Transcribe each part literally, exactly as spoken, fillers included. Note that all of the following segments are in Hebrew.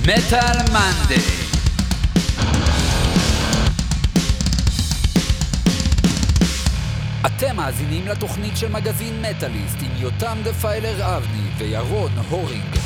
מטל מנדי. אתם מאזינים לתוכנית של מגזין מטאליסט עם יותם דפיילר אבני וירון הורינג.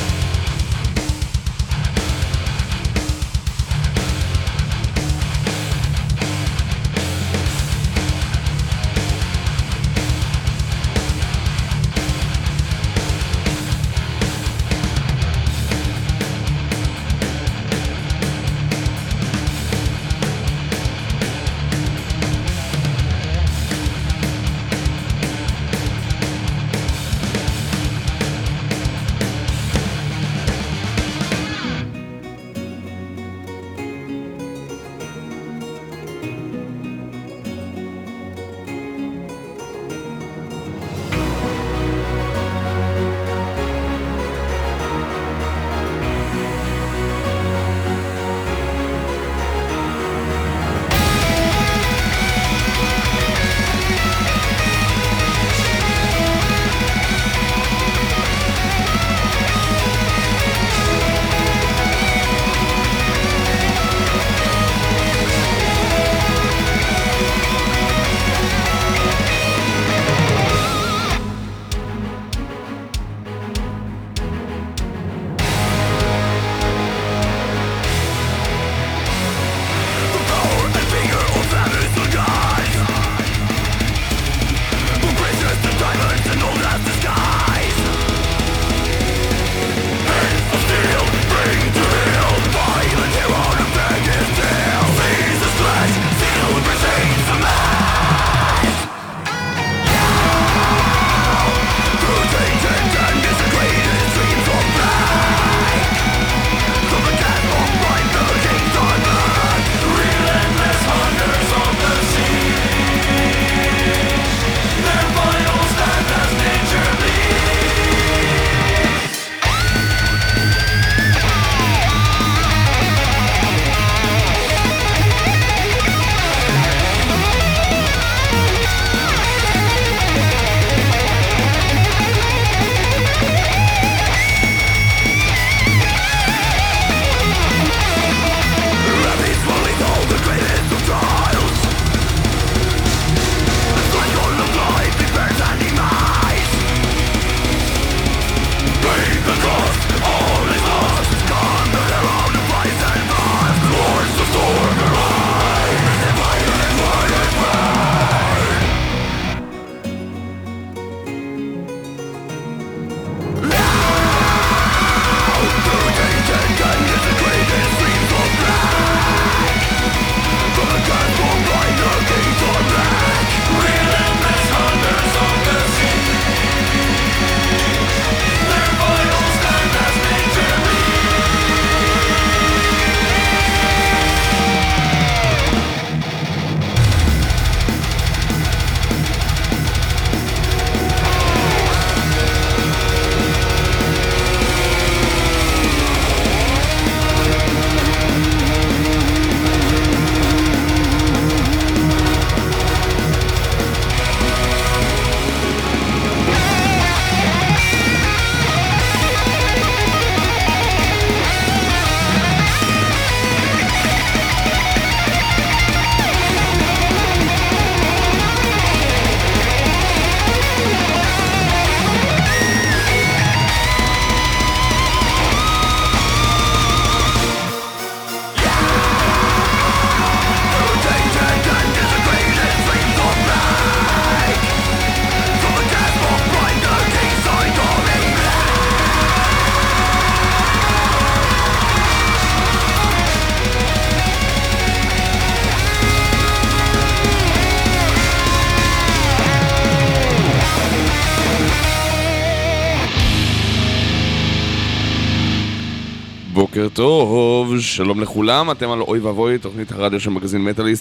בוקר טוב, שלום לכולם, אתם על אוי ואבוי, תוכנית הרדיו של מגזין מטאליסט,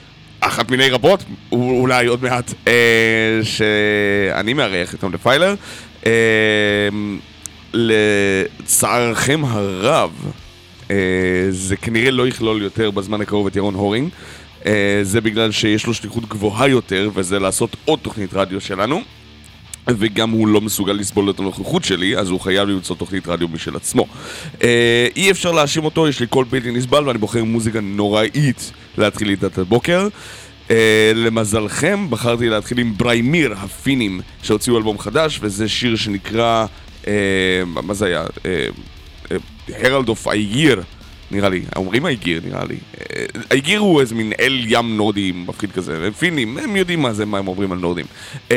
אחת מיני רבות, אולי עוד מעט, אה, שאני מארח את יותם דפיילר. אה, לצערכם הרב, אה, זה כנראה לא יכלול יותר בזמן הקרוב את ירון הורינג, אה, זה בגלל שיש לו שליחות גבוהה יותר, וזה לעשות עוד תוכנית רדיו שלנו. וגם הוא לא מסוגל לסבול את הנוכחות שלי, אז הוא חייב למצוא תוכנית רדיו משל עצמו. אה, אי אפשר להאשים אותו, יש לי קול בלתי נסבל ואני בוחר מוזיקה נוראית להתחיל איתה את הבוקר. אה, למזלכם, בחרתי להתחיל עם בריימיר, הפינים, שהוציאו אלבום חדש, וזה שיר שנקרא, אה, מה זה היה? הרלד אוף איגיר, נראה לי. אומרים איגיר, נראה לי. איגיר הוא איזה מין אל ים נורדי מפחיד כזה. פינים, הם יודעים מה זה, מה הם אומרים על נורדים. אה,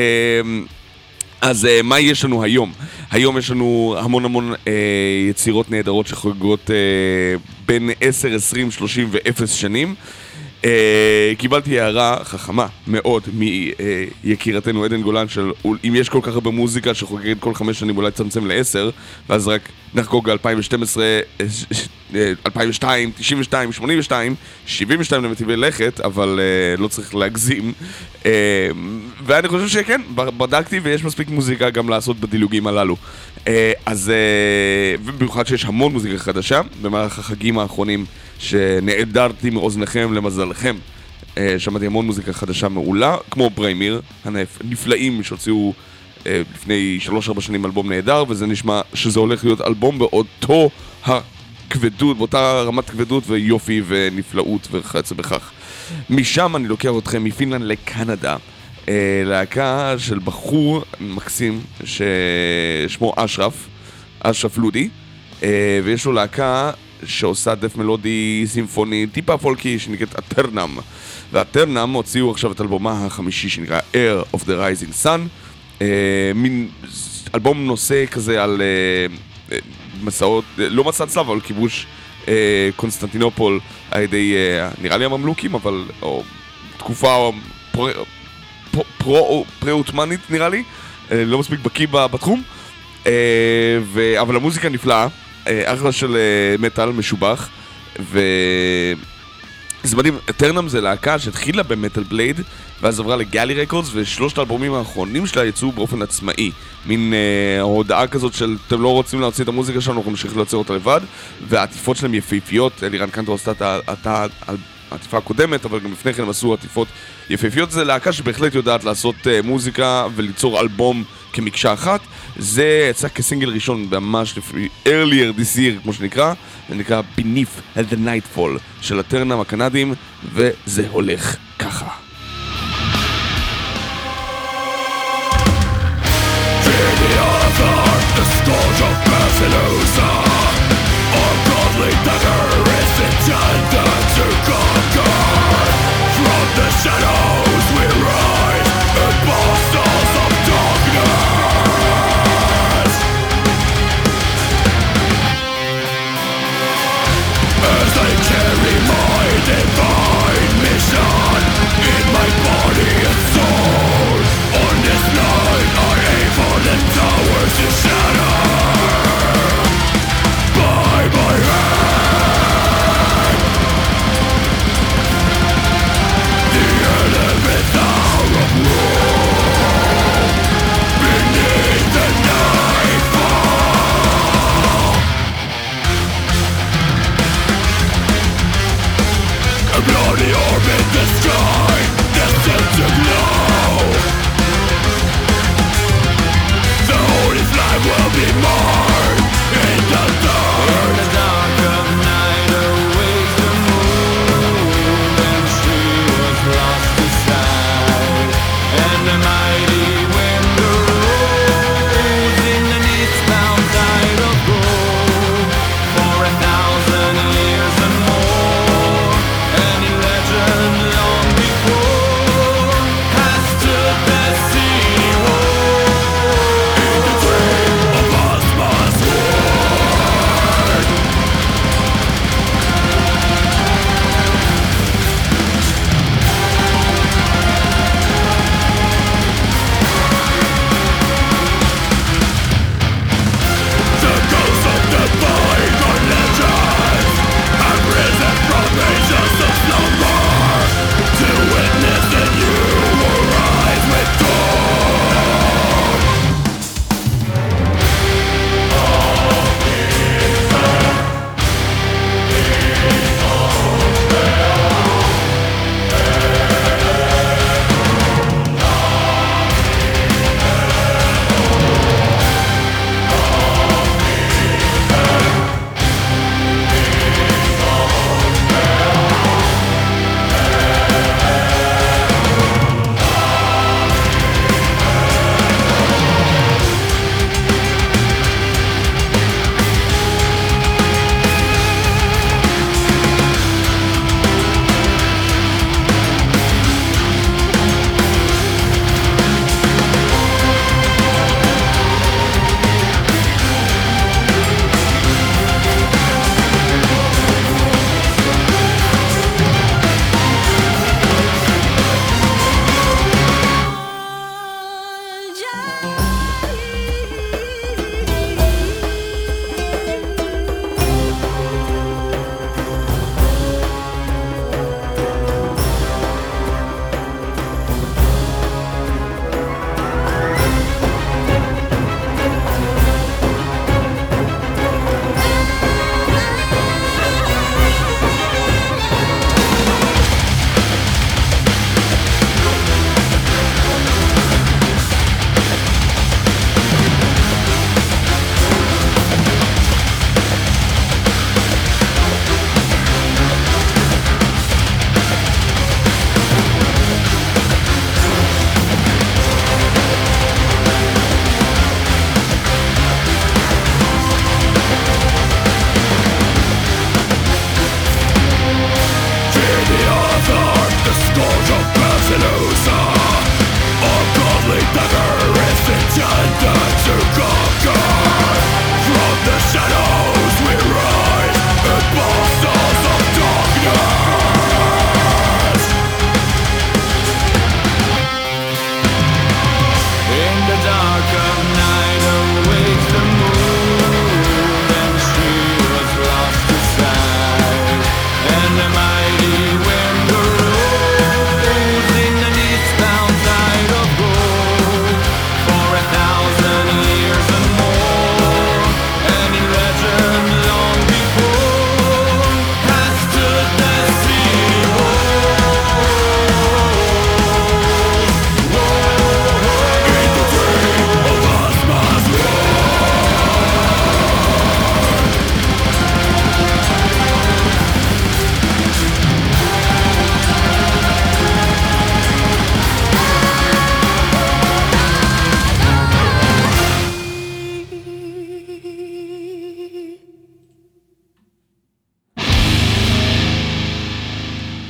אז uh, מה יש לנו היום? היום יש לנו המון המון uh, יצירות נהדרות שחוגגות uh, בין עשר, עשרים, שלושים ו-אפס שנים. Uh, קיבלתי הערה חכמה מאוד מיקירתנו עדן גולן של אם יש כל כך הרבה מוזיקה שחוגגת כל חמש שנים אולי צמצם לעשר ואז רק נחגוג אלפיים ושתים עשרה, אלפיים ושתיים, תשעים ושתיים, שמונים ושתיים, שבעים ושתיים למטיבי לכת, אבל uh, לא צריך להגזים. uh, ואני חושב שכן, בדקתי ויש מספיק מוזיקה גם לעשות בדילוגים הללו. uh, אז uh, ובמיוחד שיש המון מוזיקה חדשה במהלך החגים האחרונים שנעדרתי מאוזניכם למזלכם. uh, שמעתי המון מוזיקה חדשה מעולה, כמו בריימיר הנפלאים שהוציאו uh, לפני שלוש ארבע שנים אלבום נהדר, וזה נשמע שזה הולך להיות אלבום באותו הכבדות, באותה רמת כבדות ויופי ונפלאות וכיוצא בכך. משם אני לוקח אתכם מפינלנד לקנדה, uh, להקה של בחור מקסים ששמו אשרף, אשרף לודי, uh, ויש לו להקה שעושה דף מלודי סימפוני טיפה פולקי שנקראת אטרנם, ואטרנם הוציאו עכשיו את אלבומה החמישי שנקרא Air of the Rising Sun, אה, מין אלבום נושא כזה על אה, מסעות, לא מסע צלב, אבל כיבוש אה, קונסטנטינופול על ידי אה, נראה לי הממלוכים, אבל או, תקופה פר, פר, פרו, פרה-עות'מאנית נראה לי, אה, לא מספיק בקיא בתחום, אה, ו, אבל המוזיקה נפלאה, אחלה של מטל משובח, וזה מדהים. אטרנם זה להקה שהתחילה במטל בלייד ואז עברה לגאלי רקורדס, ושלושת האלבומים האחרונים שלה יצאו באופן עצמאי, מין אה, הודעה כזאת של אתם לא רוצים להוציא את המוזיקה שלנו, אנחנו נמשיך לייצר אותה לבד, והעטיפות שלהם יפהפיות. אלירן קנטור עשתה את העטיפה הקודמת, אבל גם לפני כן הם עשו עטיפות יפהפיות. זה להקה שבהחלט יודעת לעשות אה, מוזיקה וליצור אלבום כמקשה אחת. זה יצא כסינגל ראשון ממש לפי earlier this year, כמו שנקרא, זה נקרא Beneath the Nightfall של אטרנם הקנדים, וזה הולך ככה. The scourge of Barcelosa, our godly dagger is intended to conquer. From the shadows we rise, apostles of darkness. As I carry my divine mission in my body and soul, on this night I aim for the towers to shatter.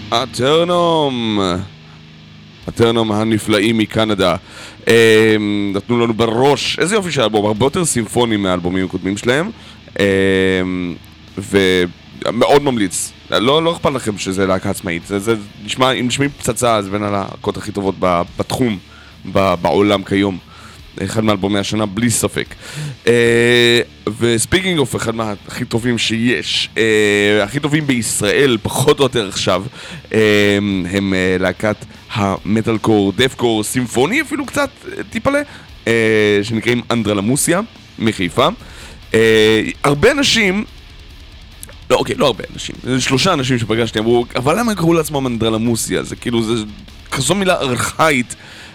אטרנום. אטרנום הנפלאים מקנדה. נתנו לנו בראש, איזה יופי של אלבום, הרבה יותר סימפוני מהאלבומים הקודמים שלהם. ומאוד ממליץ. לא, לא אכפת לכם שזה להקה עצמאית. זה, זה נשמע, אם נשמעים פצצה, זה בין הלהקות הכי טובות בתחום, בעולם כיום. אחד מאלבומי השנה, בלי ספק. וספיקינג אוף, אחד מהכי טובים שיש, הכי טובים בישראל, פחות או יותר עכשיו, הם להקת המטל קור, דף קור, סימפוני אפילו קצת טיפלה, שנקראים אנדרלמוסיה, מחיפה. הרבה אנשים, לא, אוקיי, לא הרבה אנשים, שלושה אנשים שפגשתי אמרו, אבל למה קראו לעצמם אנדרלמוסיה? זה כאילו, זה כזו מילה ארכאית,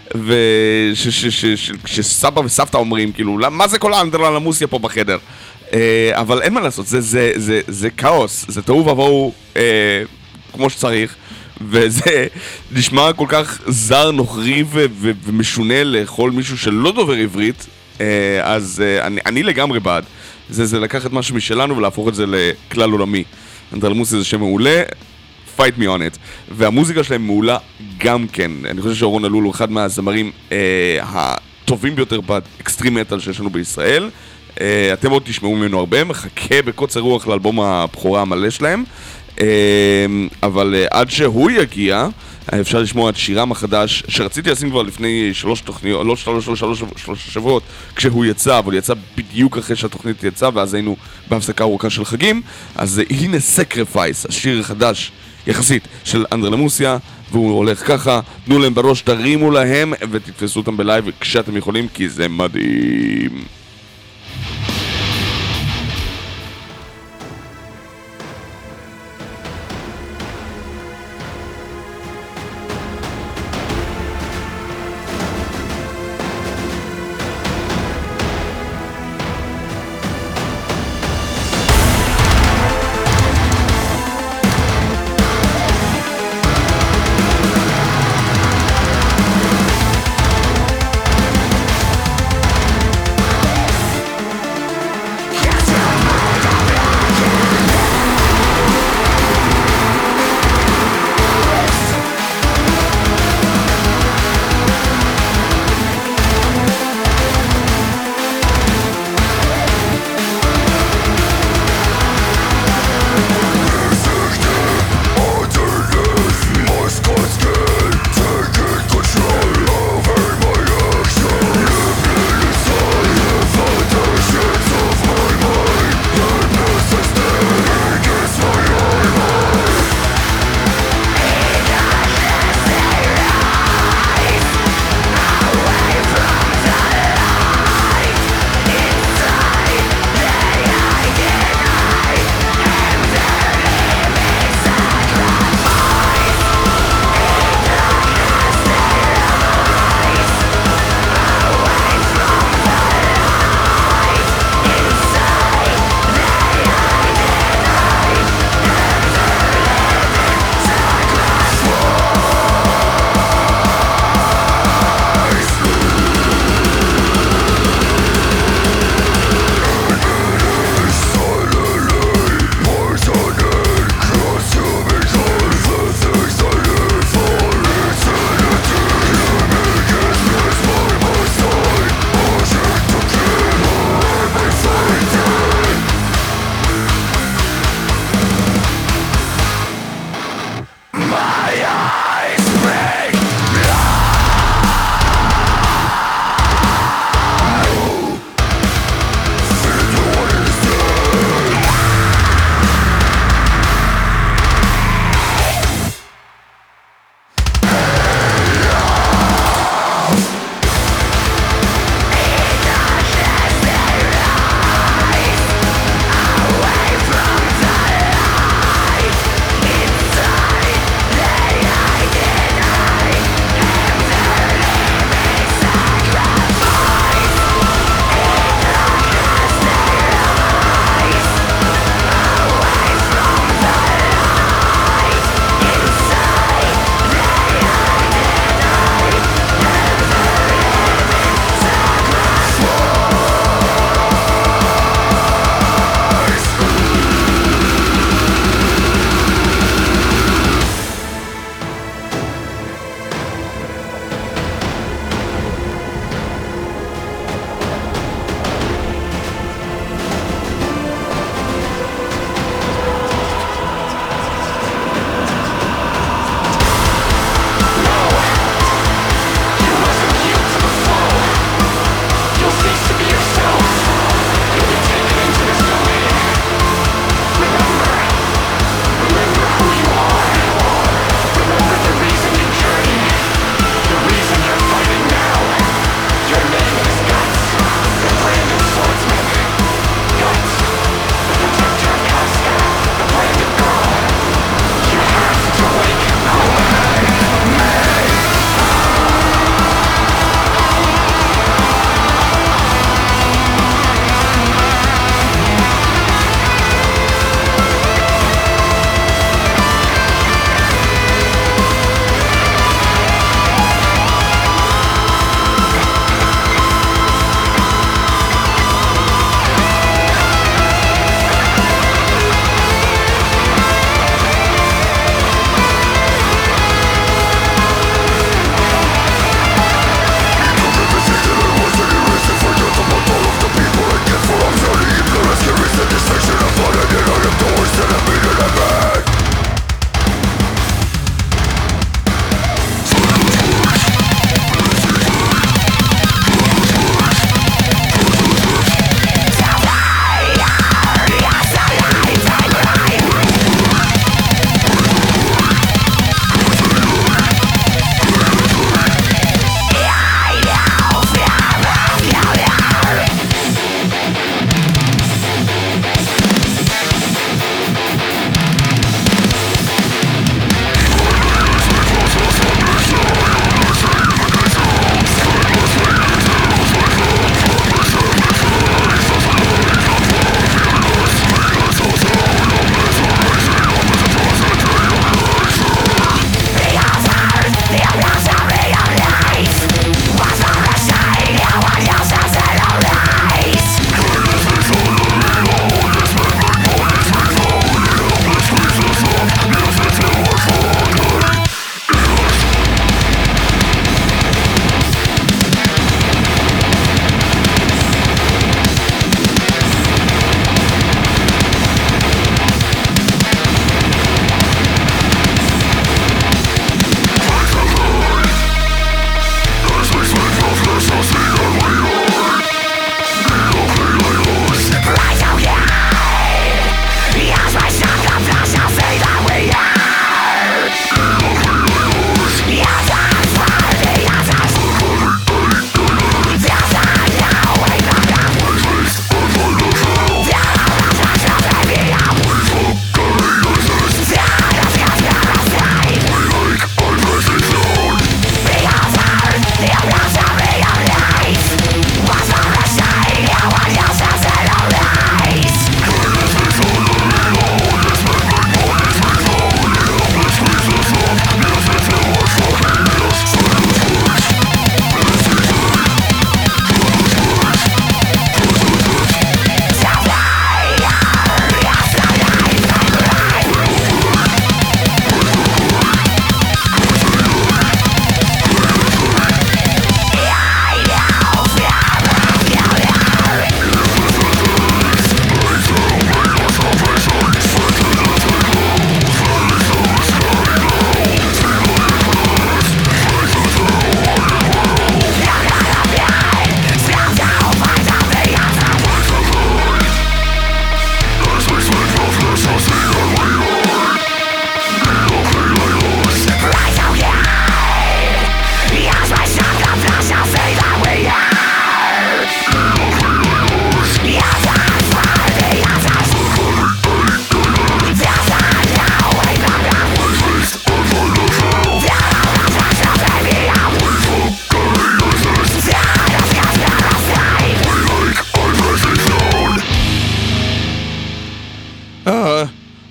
ושסבא וסבתא אומרים, כאילו, מה זה כל האנדרלמוסיה פה בחדר? אבל אין מה לעשות, זה כאוס, זה תאו ובואו כמו שצריך, וזה נשמע כל כך זר, נוכרי ומשונה לכל מישהו שלא דובר עברית, אז אני לגמרי בעד. זה לקחת משהו משלנו ולהפוך את זה לכלל עולמי. אנדרלמוסיה זה שם מעולה, fight me on it. והמוזיקה שלהם מעולה גם כן. אני חושב שאורון אלול הוא אחד מהזמרים אה, הטובים ביותר באקסטרים מטל שיש לנו בישראל. אה, אתם עוד תשמעו ממנו הרבה, מחכה בקוצר רוח לאלבום הבכורה המלא שלהם. אה, אבל אה, עד שהוא יגיע, אפשר לשמוע את שירם החדש, שרציתי לשים כבר לפני שלוש תוכניות, לא שלוש, שלוש, שלוש, שלוש שבועות, כשהוא יצא, אבל יצא בדיוק אחרי שהתוכנית יצאה, ואז היינו בהפסקה ארוכה של חגים. אז הנה סקריפייס, השיר החדש יחסית של אנדרלמוסיה, והוא הולך ככה, תנו להם בראש, תרימו להם ותתפסו אותם בלייב כשאתם יכולים, כי זה מדהים.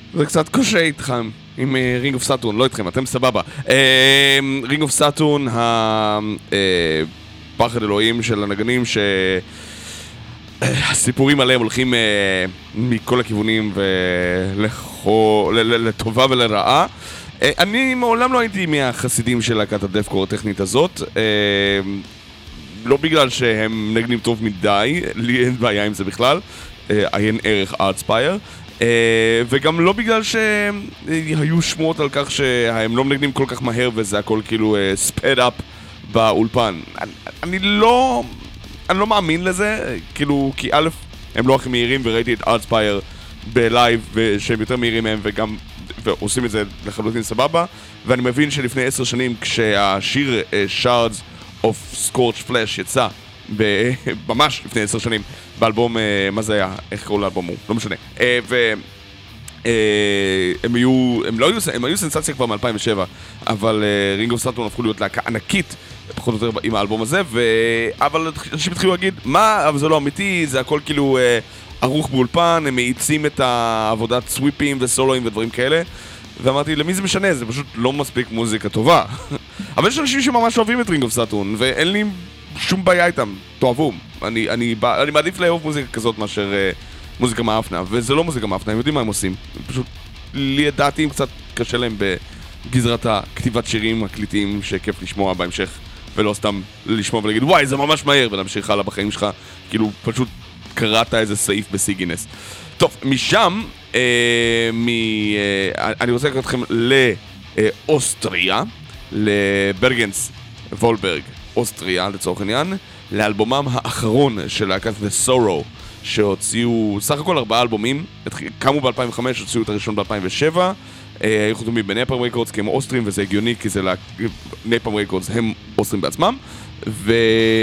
זה קצת קשה איתכם, עם רינג אוף סאטורן, לא איתכם, אתם סבבה. רינג אוף סאטורן, הפחד אלוהים של הנגנים, שהסיפורים עליהם הולכים מכל הכיוונים ולטובה ולרעה. אני מעולם לא הייתי מהחסידים של להקת הדפקור הטכנית הזאת, לא בגלל שהם נגנים טוב מדי, לי אין בעיה עם זה בכלל, עיין ערך ארטספייר, וגם לא בגלל שהיו שמועות על כך שהם לא מנגנים כל כך מהר וזה הכל כאילו ספד אפ באולפן. אני, אני לא אני לא מאמין לזה, כאילו, כי א', הם לא הכי מהירים וראיתי את ארטספייר בלייב ושהם יותר מהירים מהם וגם ועושים את זה לחלוטין סבבה, ואני מבין שלפני עשר שנים כשהשיר Shards of Scorched Flesh יצא ממש לפני עשר שנים באלבום, מה זה היה? איך קראו לאלבום הוא? לא משנה. והם היו, הם לא היו, הם היו סנסציה כבר מ-אלפיים ושבע, אבל רינג אוף סאטורן הפכו להיות להקה ענקית פחות או יותר עם האלבום הזה, אבל אנשים התחילו להגיד, מה? אבל זה לא אמיתי, זה הכל כאילו ערוך באולפן, הם מאיצים את העבודת סוויפים וסולואים ודברים כאלה, ואמרתי, למי זה משנה? זה פשוט לא מספיק מוזיקה טובה. אבל יש אנשים שממש אוהבים את רינג אוף סאטורן, ואין לי שום בעיה איתם, תאהבו. אני, אני, אני מעדיף לאהוב מוזיקה כזאת מאשר uh, מוזיקה מאפנה, וזה לא מוזיקה מאפנה, הם יודעים מה הם עושים. פשוט, לי דעתי קצת קשה להם בגזרת הכתיבת שירים הקליטיים שכיף לשמוע בהמשך, ולא סתם לשמוע ולהגיד, וואי, זה ממש מהר, ולהמשיך הלאה בחיים שלך, כאילו, פשוט קראת איזה סעיף בסיגינס. טוב, משם, אה, מ, אה, אני רוצה לקרוא אתכם לאוסטריה, לברגנס וולברג, אוסטריה לצורך העניין, לאלבומם האחרון של להקת The Sorrow, שהוציאו סך הכל ארבעה אלבומים, קמו ב-אלפיים וחמש, הוציאו את הראשון ב-אלפיים ושבע, היו חתומים בנאפלם רקורדס כי הם אוסטרים, וזה הגיוני כי זה נאפלם רקורדס, הם אוסטרים בעצמם, ו...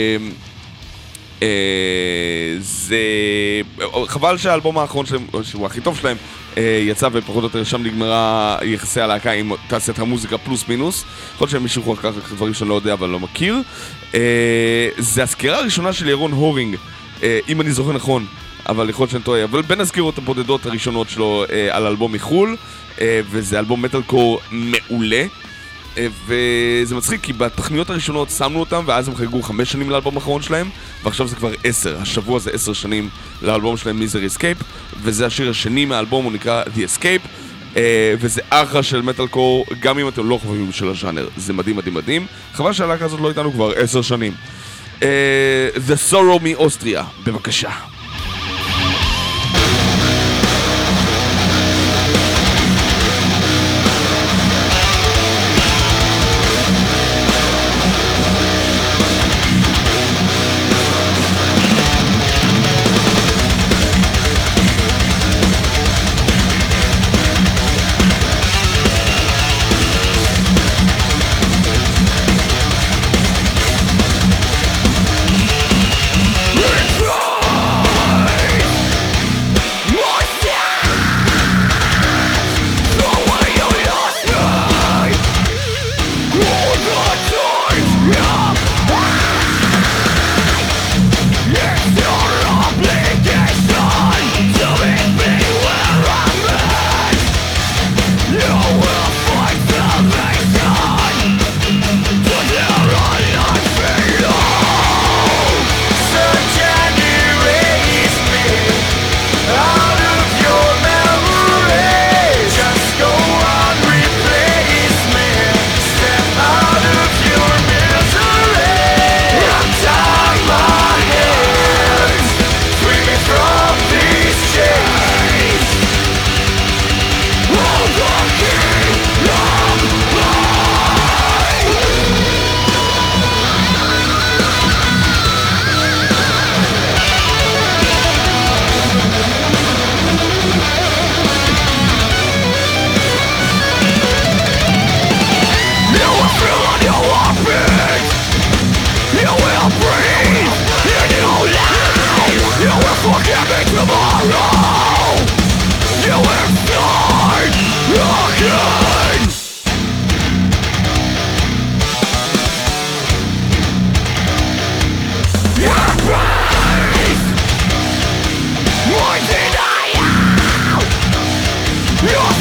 זה... חבל שהאלבום האחרון שלהם, שהוא הכי טוב שלהם, יצא ופחות או יותר שם נגמרה יחסי הלהקה עם תעשיית המוזיקה פלוס מינוס. יכול להיות שהם מישהו אחר כך דברים שאני לא יודע אבל לא מכיר. זה הסקירה הראשונה של ירון הורינג, אם אני זוכר נכון, אבל יכול להיות שאני טועה, אבל בין הסקירות הבודדות הראשונות שלו על אלבום מחול, וזה אלבום מטל קור מעולה. וזה מצחיק כי בתכניות הראשונות שמנו אותם ואז הם חגגו חמש שנים לאלבום האחרון שלהם, ועכשיו זה כבר עשר, השבוע זה עשר שנים לאלבום שלהם Misery Escape, וזה השיר השני מהאלבום, הוא נקרא The Escape, וזה אחלה של מטל קור, גם אם אתם לא חובבים של הז'אנר, זה מדהים מדהים מדהים. חבל שהלהקה הזאת לא איתנו כבר עשר שנים. The Sorrow מאוסטריה, בבקשה. It's wrong!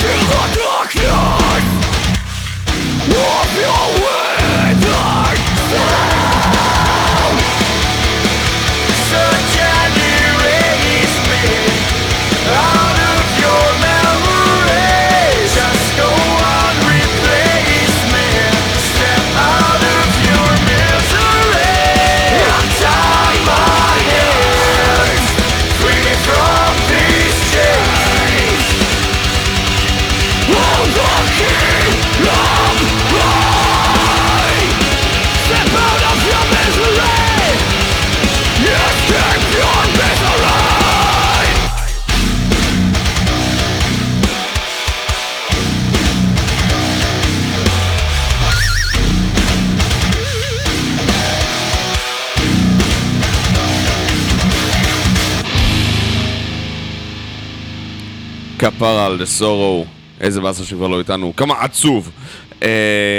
כפרה על The Sorrow, איזה באסה שכבר לא איתנו, כמה עצוב. אה,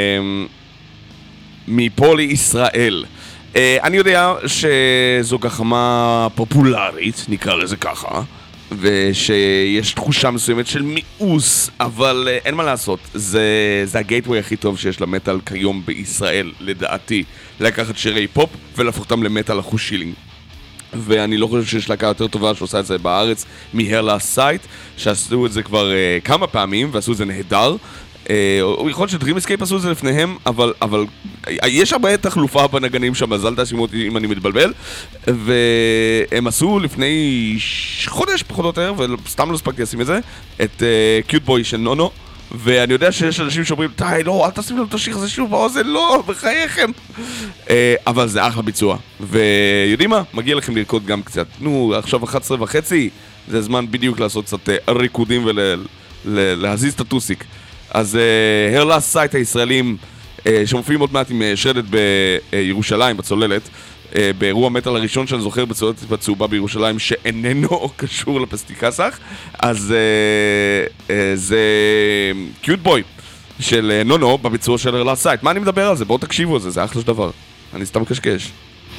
מפולי ישראל. אה, אני יודע שזו גחמה פופולרית, נקרא לזה ככה, ושיש תחושה מסוימת של מיאוס, אבל אה, אין מה לעשות, זה, זה הגייטווי הכי טוב שיש למטל כיום בישראל, לדעתי, לקחת שירי פופ ולהפוך אותם למטל אחוז שילינג. ואני לא חושב שיש להקה יותר טובה שעושה את זה בארץ מ-Her Last Sight, שעשו את זה כבר uh, כמה פעמים ועשו את זה נהדר. uh, או יכול להיות שדרים אסקייפ עשו את זה לפניהם, אבל, אבל יש הרבה תחלופה בנגנים שם, אז אל תשימו אותי אם אני מתבלבל. והם עשו לפני חודש פחות או יותר, וסתם לא ספקתי לשים את זה, את קיוט בוי של נונו. ואני יודע שיש אנשים שאומרים, די, לא, אל תשים לנו את השיר הזה שוב באוזן, לא, בחייכם. אבל זה אחלה ביצוע. ויודעים מה? מגיע לכם לרקוד גם קצת. נו, עכשיו אחת עשרה וחצי, זה זמן בדיוק לעשות קצת ריקודים ולהזיז את הטוסיק. אז Her Last Sight הישראלים, שמופיעים עוד מעט עם שרדת בירושלים, בצוללת, באירוע מטל הראשון שאני זוכר בצוללת בצהובה בירושלים שאיננו קשור לפסטיקסח, אז זה קיוט בוי של נונו בביצוע של Her Last Sight. מה אני מדבר על זה? בואו תקשיבו על זה, זה אחלה דבר. אני סתם קשקש.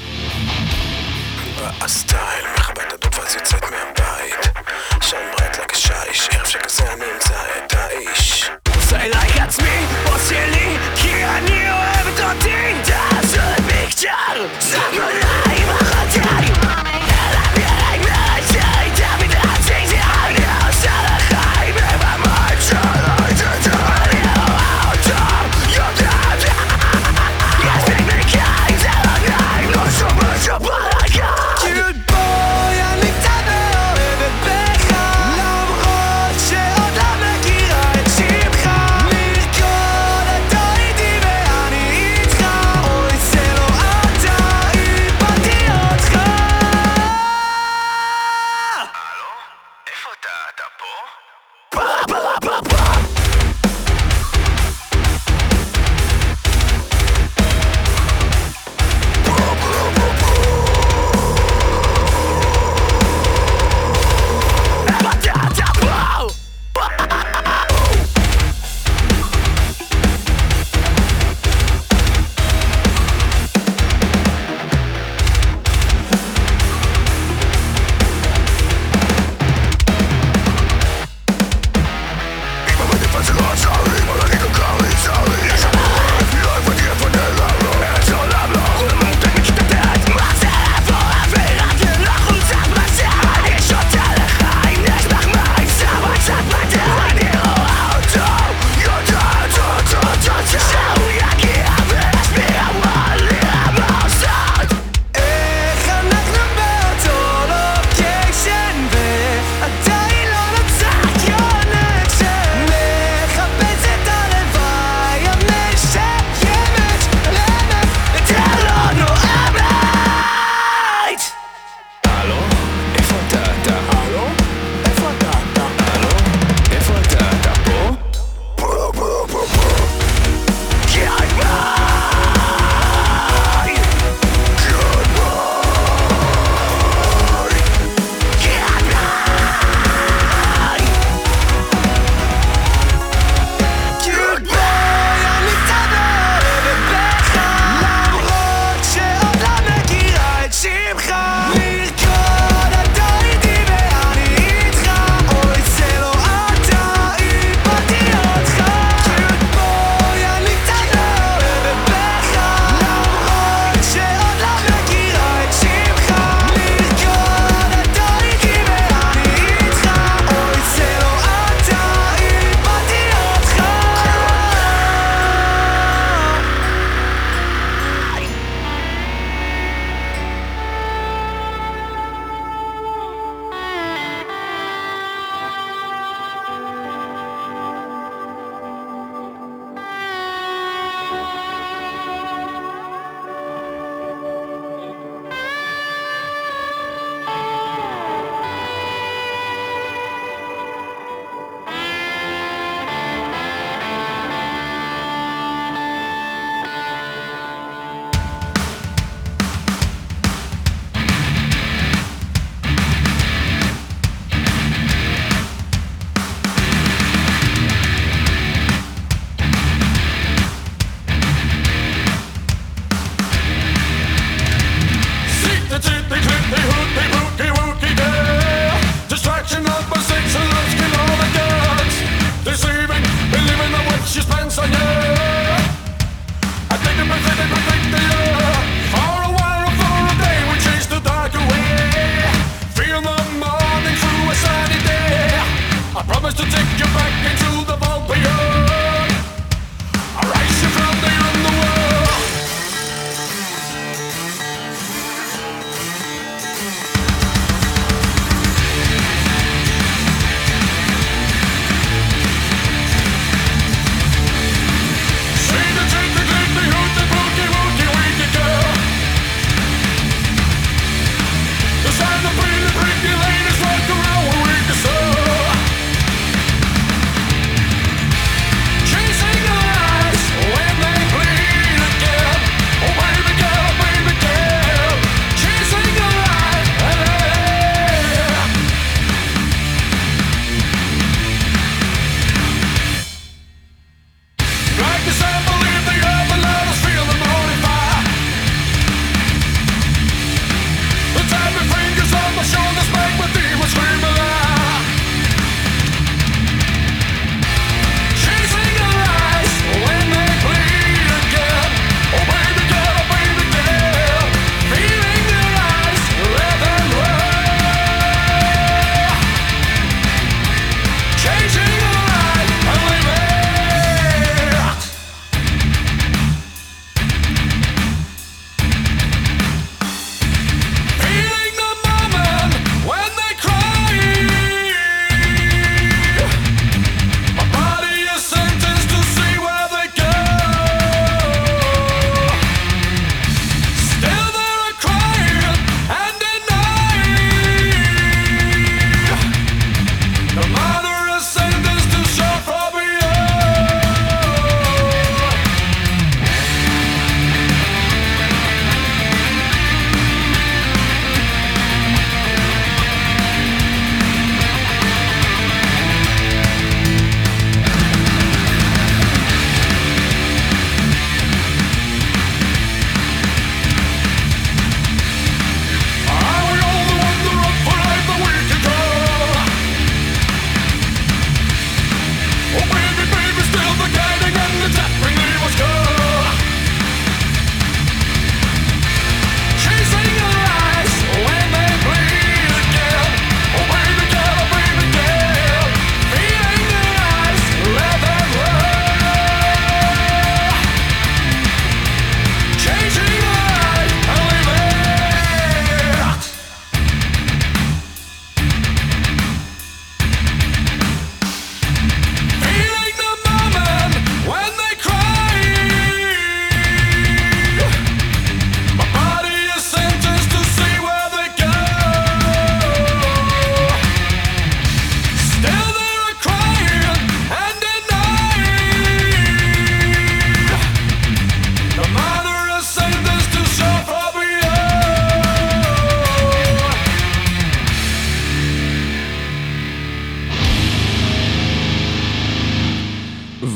הסטייל מכבד הדוד ואז יוצאת מהבית, שם ברית לגשייש, ערב שכזה אני אמצא את האיש. עושה אליי עצמי, בוס שלי, כי אני אוהבת אותי. תעשו פיקצ'ר, שם עליי מחתי. אליי אליי מהשי, תמיד רצי זה אני עושה לחיים ובמות שלו תתו אני רואה אותו, יודעת. יש בי מקיים, זה לא נעים, לא שום משהו בלגן. Cute boy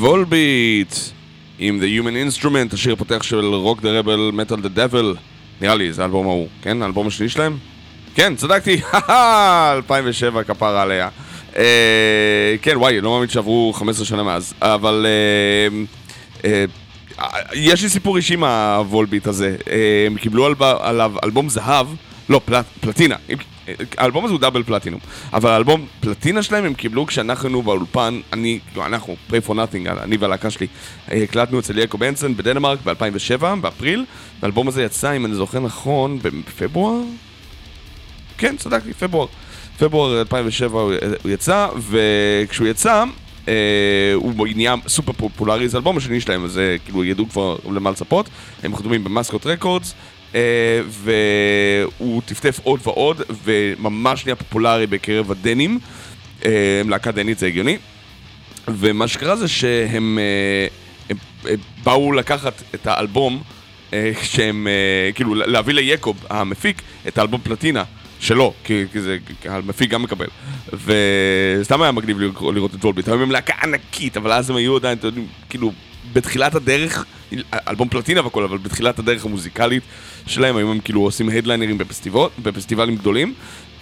וולביט עם The Human Instrument, השיר הפותח של Rock the Rebel Metal the Devil. נראה לי, זה האלבום ההוא, כן? האלבום השני שלהם? כן, צדקתי, אלפיים ושבע, כפרה עליה. אה, כן, וואי, לא מאמין שעברו חמש עשרה שנה מאז, אבל אה, אה, יש לי סיפור אישי מהוולביט הזה. אה, הם קיבלו על, עליו אלבום זהב, לא, פלט, פלטינה. האלבום הזה הוא דאבל פלטינום, אבל האלבום פלטינה שלהם הם קיבלו כשאנחנו באולפן, אני, אנחנו, Pray for Nothing, אני והלהקה שלי, הקלטנו אצל יעקב בנסון בדנמרק ב-אלפיים ושבע, באפריל, והאלבום הזה יצא, אם אני זוכר נכון, בפברואר? כן, צדקתי, פברואר. פברואר אלפיים ושבע הוא יצא, וכשהוא יצא, אה, הוא נהיה סופר פופולרי, זה אלבום השני שלהם, אז כאילו ידעו כבר למה לצפות, הם חתומים במאסקוט רקורדס, Uh, והוא טפטף עוד ועוד וממש נהיה פופולרי בקרב הדנים, uh, הם להקה דנית, זה הגיוני, ומה שקרה זה שהם uh, הם, הם באו לקחת את האלבום uh, שהם uh, כאילו להביא ליעקב המפיק את האלבום פלטינה שלו, כי, כי זה המפיק גם מקבל, וסתם היה מגניב לראות את וולביט. הם להקה ענקית, אבל אז הם היו עדיין כאילו בתחילת הדרך, אלבום פלטינה וכל, אבל בתחילת הדרך המוזיקלית שלהם, היום הם כאילו עושים הדליינרים בפסטיבלים גדולים,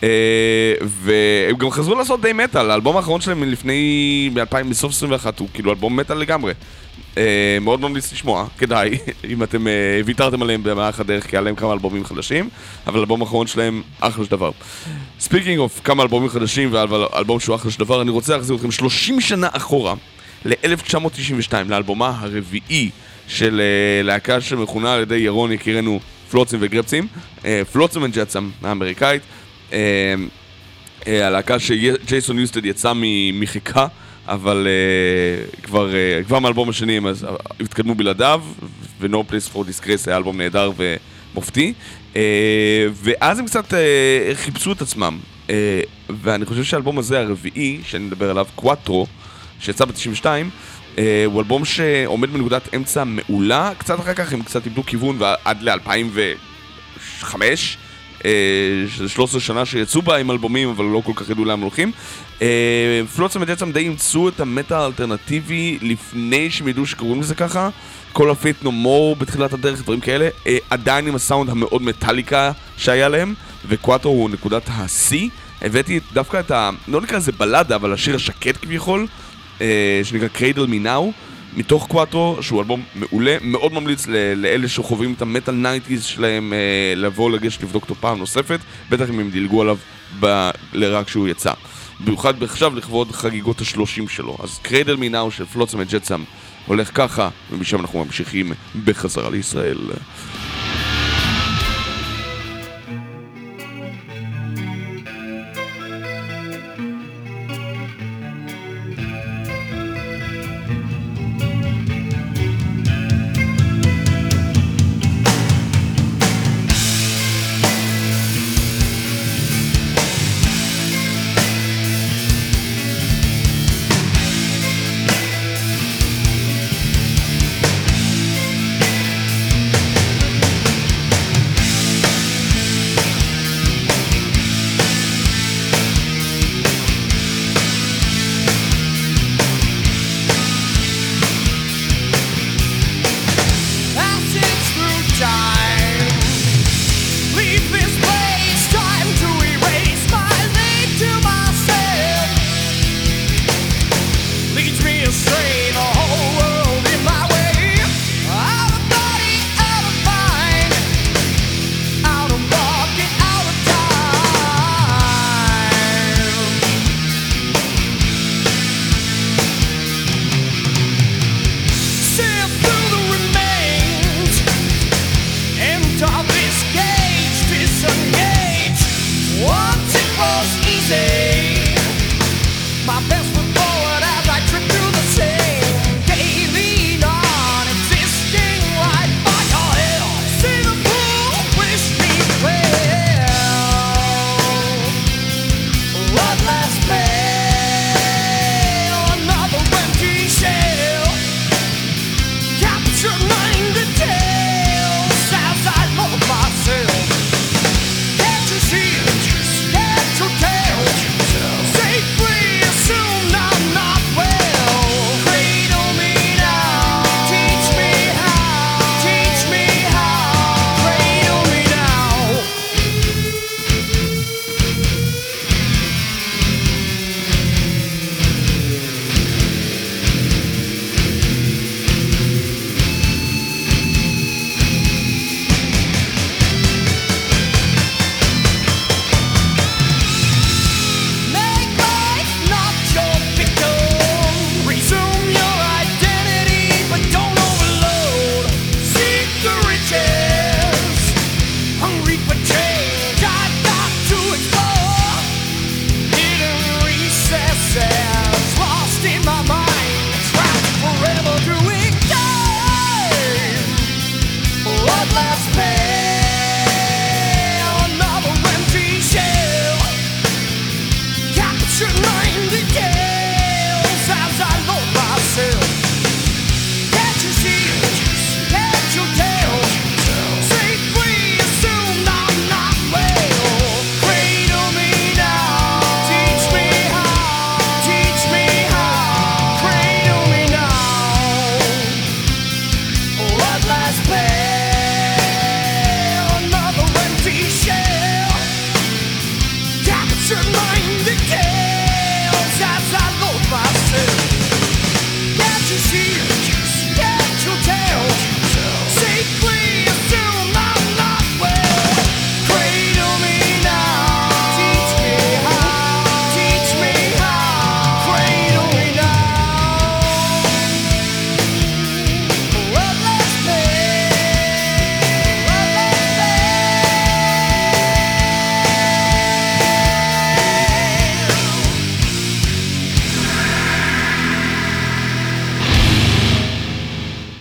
והם גם חזרו לעשות די מטל. האלבום האחרון שלהם לפני, בסוף עשרים ואחת, הוא כאילו אלבום מטל לגמרי. מאוד ממליץ לשמוע, כדאי, אם אתם ויתרתם עליהם במהלך הדרך, כי עליהם כמה אלבומים חדשים, אבל האלבום האחרון שלהם אחלה של דבר. ספיקינג אוף כמה אלבומים חדשים ואלבום שהוא אחלה של דבר, אני רוצה להחזיר אתכם שלושים שנה אחורה, ל-אלף תשע מאות תשעים ושתיים, לאלבומה הרביעי של uh, להקה שמכונה על ידי ירון יקירנו פלוצים וגרפצים, uh, פלוצים וג'טסם האמריקאית, uh, uh, הלהקה שג'ייסון יוסטד יצא ממחיקה, אבל uh, כבר, uh, כבר מאלבום השני הם אז, uh, התקדמו בלעדיו, ו-No Place for Disgrace היה אלבום נהדר ומופתי, uh, ואז הם קצת uh, חיפשו את עצמם, uh, ואני חושב שהאלבום הזה הרביעי, שאני מדבר עליו, קוואטרו, שיצא ב-תשעים ושתיים, אה, הוא אלבום שעומד בנקודת אמצע מעולה, קצת אחר כך הם קצת איבדו כיוון ועד ל-אלפיים וחמש, אה, שזה שלוש עשרה שנה שיצאו בה עם אלבומים, אבל לא כל כך ידעו לאן הולכים. אה, פלוצים וג'טסם די אימצו את המטה האלטרנטיבי לפני שהם ידעו שקוראים לזה ככה, Call of Fate No More בתחילת הדרך, דברים כאלה, אה, עדיין עם הסאונד המאוד מטליקה שהיה להם, וקואטרו הוא נקודת ה-C. הבאתי דווקא את ה... לא נקרא לזה בלדה, אבל השיר השקט כביכול, אה, שנקרא Cradle Me Now, מתוך קואטרו, שהוא אלבום מעולה, מאוד ממליץ ל- לאלה שחווים את המטל ניינטיז שלהם, אה, לבוא לגשת לבדוק אותו פעם נוספת, בטח אם הם דילגו עליו ב- לרק שהוא יצא. במיוחד עכשיו לכבוד חגיגות השלושים שלו. אז Cradle Me Now של פלוצים וג'טסם הולך ככה, ומשם אנחנו ממשיכים בחזרה לישראל.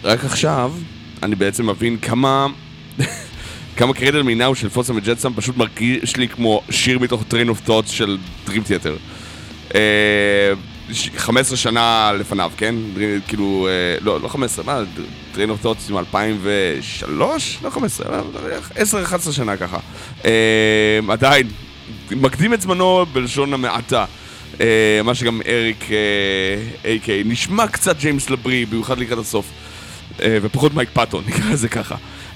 רק עכשיו אני בעצם מבין כמה כמה קרדל מינאו של פוסם וג'טסאם פשוט מרגיש לי כמו שיר מתוך Train of Thoughts של Dream Theater. חמש עשרה שנה לפניו, כן? כאילו, לא, לא חמש עשרה, מה? Train of Thoughts מ-אלפיים ושלוש? לא חמש עשרה, עשר אחת עשרה שנה ככה. עדיין, מקדים את זמנו בלשון המעטה. מה שגם אריק איי קיי נשמע קצת ג'יימס לברי, במיוחד לקראת הסוף. ופחות מייק פאטון, נקרא לזה ככה.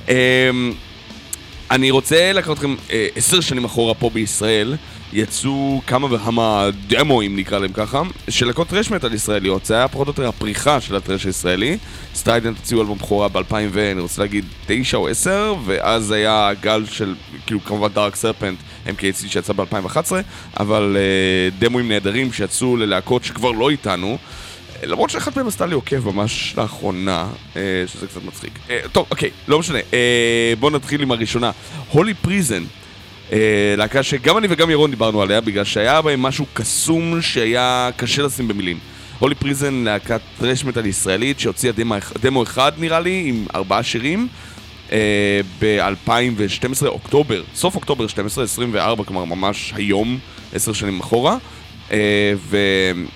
אני רוצה לקרוא אתכם עשר שנים אחורה פה בישראל. יצאו כמה וכמה דמוים, נקרא להם ככה, של להקות טרש מטל ישראליות. זה היה פחות או יותר הפריחה של הטרש הישראלי. סטריידנט הוציאו אלבום בכורה ב-אלפיים ואני רוצה להגיד תשע או עשר, ואז היה גל של, כאילו כמובן דארק סרפנט, אם קיי סי שיצא ב-אלפיים ואחת עשרה, אבל uh, דמוים נהדרים שיצאו ללהקות שכבר לא איתנו, למרות שאחת מהם עשתה לי עוקב ממש לאחרונה, uh, שזה קצת מצחיק. Uh, טוב, אוקיי, לא משנה. Uh, בואו נתחיל עם הראשונה. הולי פריזן. Uh, להקה שגם אני וגם ירון דיברנו עליה, בגלל שהיה בהם משהו קסום שהיה קשה לשים במילים. הולי פריזן, להקת טרש מטל ישראלית שהוציאה דמו, דמו אחד נראה לי, עם ארבעה שירים, uh, ב-אלפיים ושתים עשרה, אוקטובר, סוף אוקטובר שתים עשרה, עשרים וארבע, כלומר ממש היום, עשר שנים אחורה. uh, והם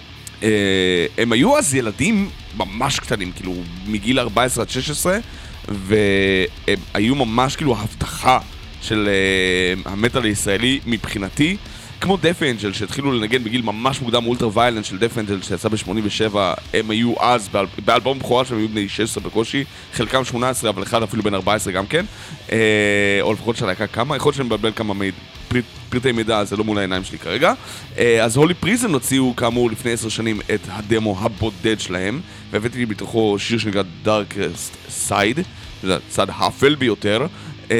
uh, היו אז ילדים ממש קטנים, כאילו מגיל ארבע עשרה עד שש עשרה, והם היו ממש כאילו הבטחה של uh, המטל הישראלי מבחינתי, כמו דף אנג'ל שהתחילו לנגן בגיל ממש מוקדם, אולטרה ויילנט של דף אנג'ל שיצא ב-שמונים ושבע, הם היו אז באל... באלבום בכורה שהם היו בני שש עשרה בקושי, חלקם שמונה עשרה אבל אחד אפילו בן ארבע עשרה גם כן, uh, או לפחות של להקה כמה, יכול להיות שאני מבלבל כמה מיד... פריט, פריטי מידע, זה לא מול העיניים שלי כרגע. uh, אז הולי פריזן הוציאו כאמור לפני עשר שנים את הדמו הבודד שלהם, והבאתי לי בתוכו שיר שנקרא Darkest Side, זה הצד האפל ביותר, Uh,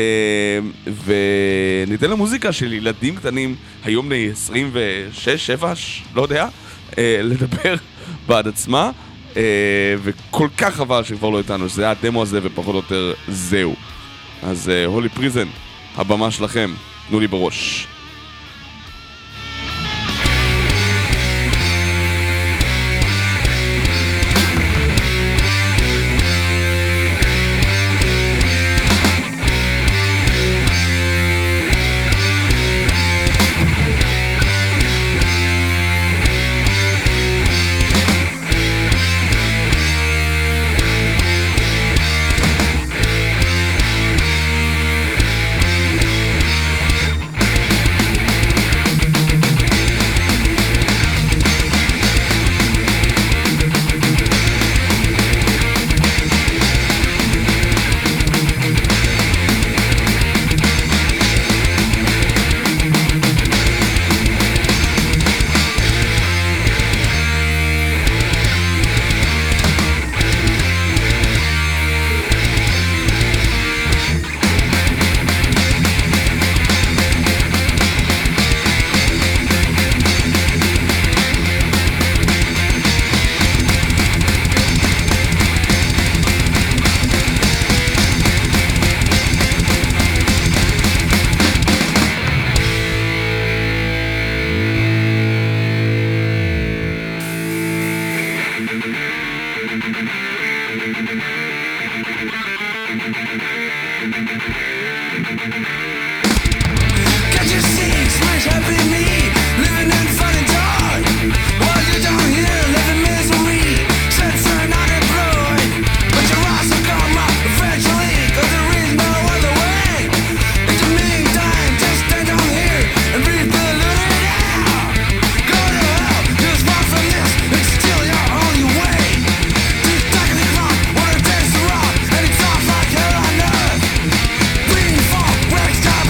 וניתן למוזיקה של ילדים קטנים, היום בני עשרים ושש, שבע, לא יודע, uh, לדבר בעד עצמה, uh, וכל כך חבל שכבר לא איתנו, שזה היה הדמו הזה ופחות או יותר זהו. אז הולי פריזן, הבמה שלכם, תנו לי בראש. Stop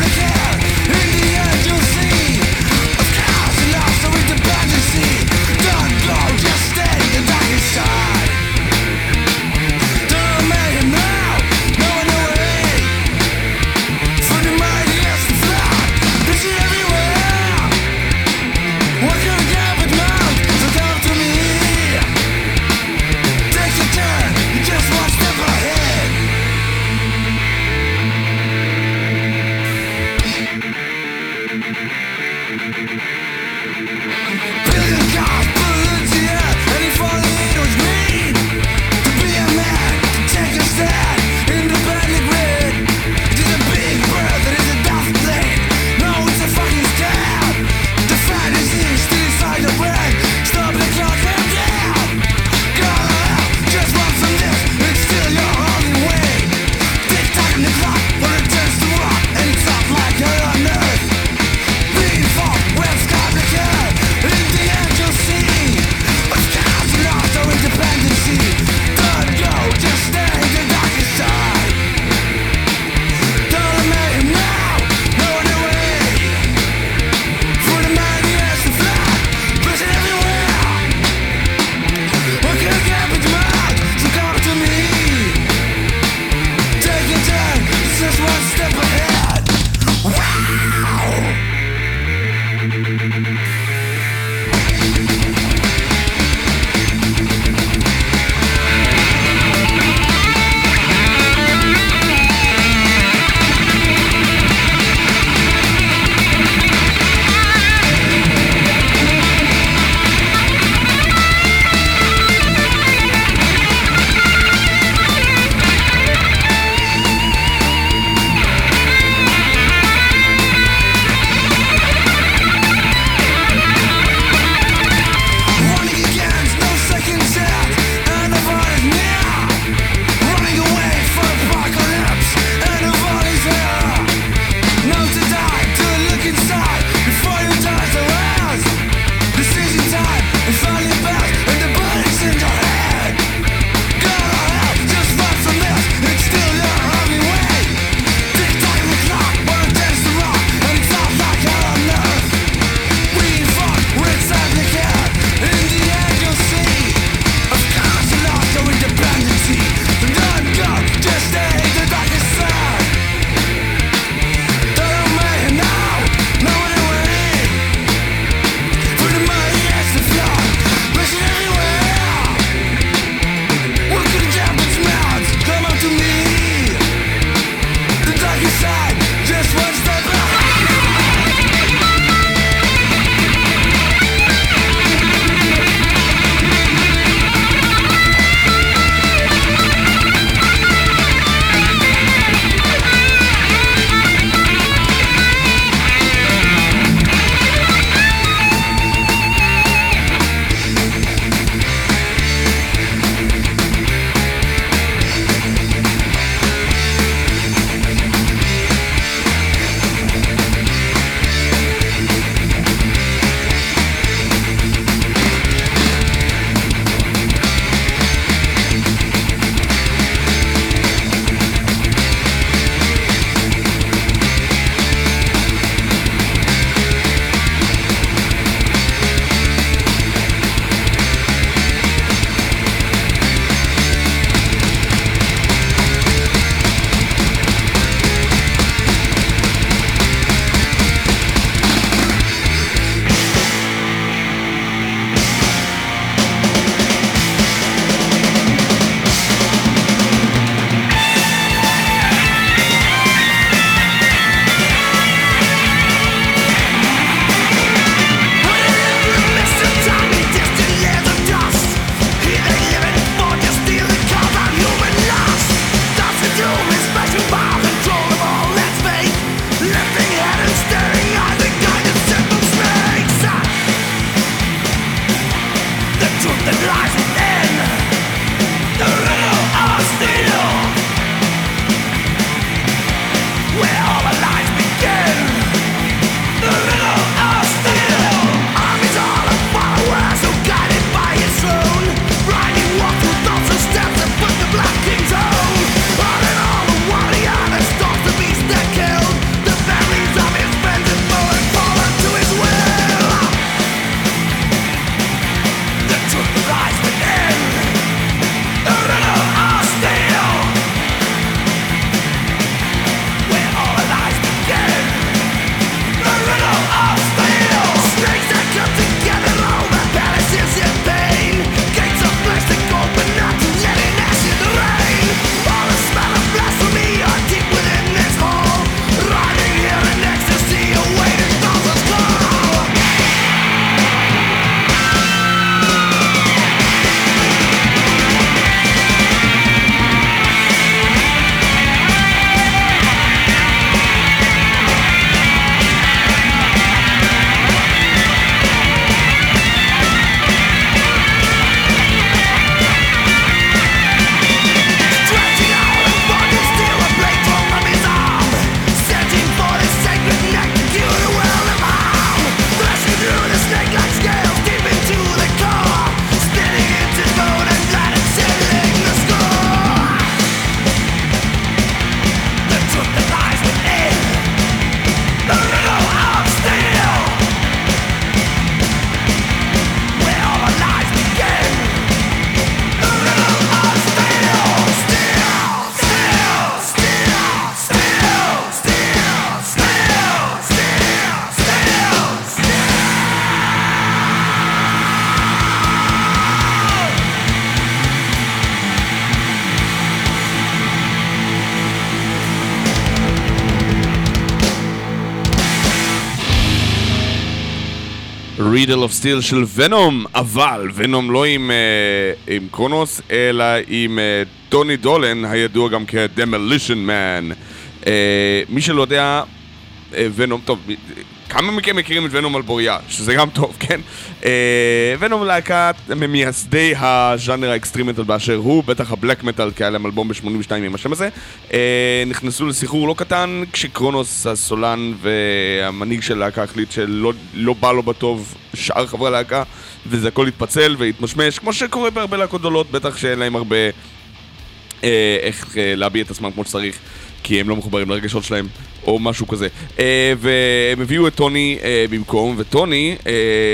רידל אוף סטיל של ונום, אבל ונום לא עם, uh, עם קרונוס, אלא עם uh, טוני דולן, הידוע גם כ-Demolition Man. Uh, מי שלא יודע, uh, ונום, טוב, כמה מכם מכירים את ונום על בוריה, שזה גם טוב, כן? Uh, ונום להקת ממייסדי הז'אנר האקסטרימטל באשר הוא, בטח הבלק מטל, כי היה להם אלבום ב-שמונים ושתיים עם השם הזה. Uh, נכנסו לסחרור לא קטן, כשקרונוס הסולן והמנהיג של להקה החליט שלא לא בא לו בטוב שאר חברי הלהקה, וזה הכל התפצל והתמשמש, כמו שקורה בהרבה להקות גדולות, בטח שאין להם הרבה uh, איך uh, להביע את עצמם כמו שצריך, כי הם לא מחוברים לרגשות שלהם, או משהו כזה. Uh, והם הביאו את טוני uh, במקום, וטוני uh,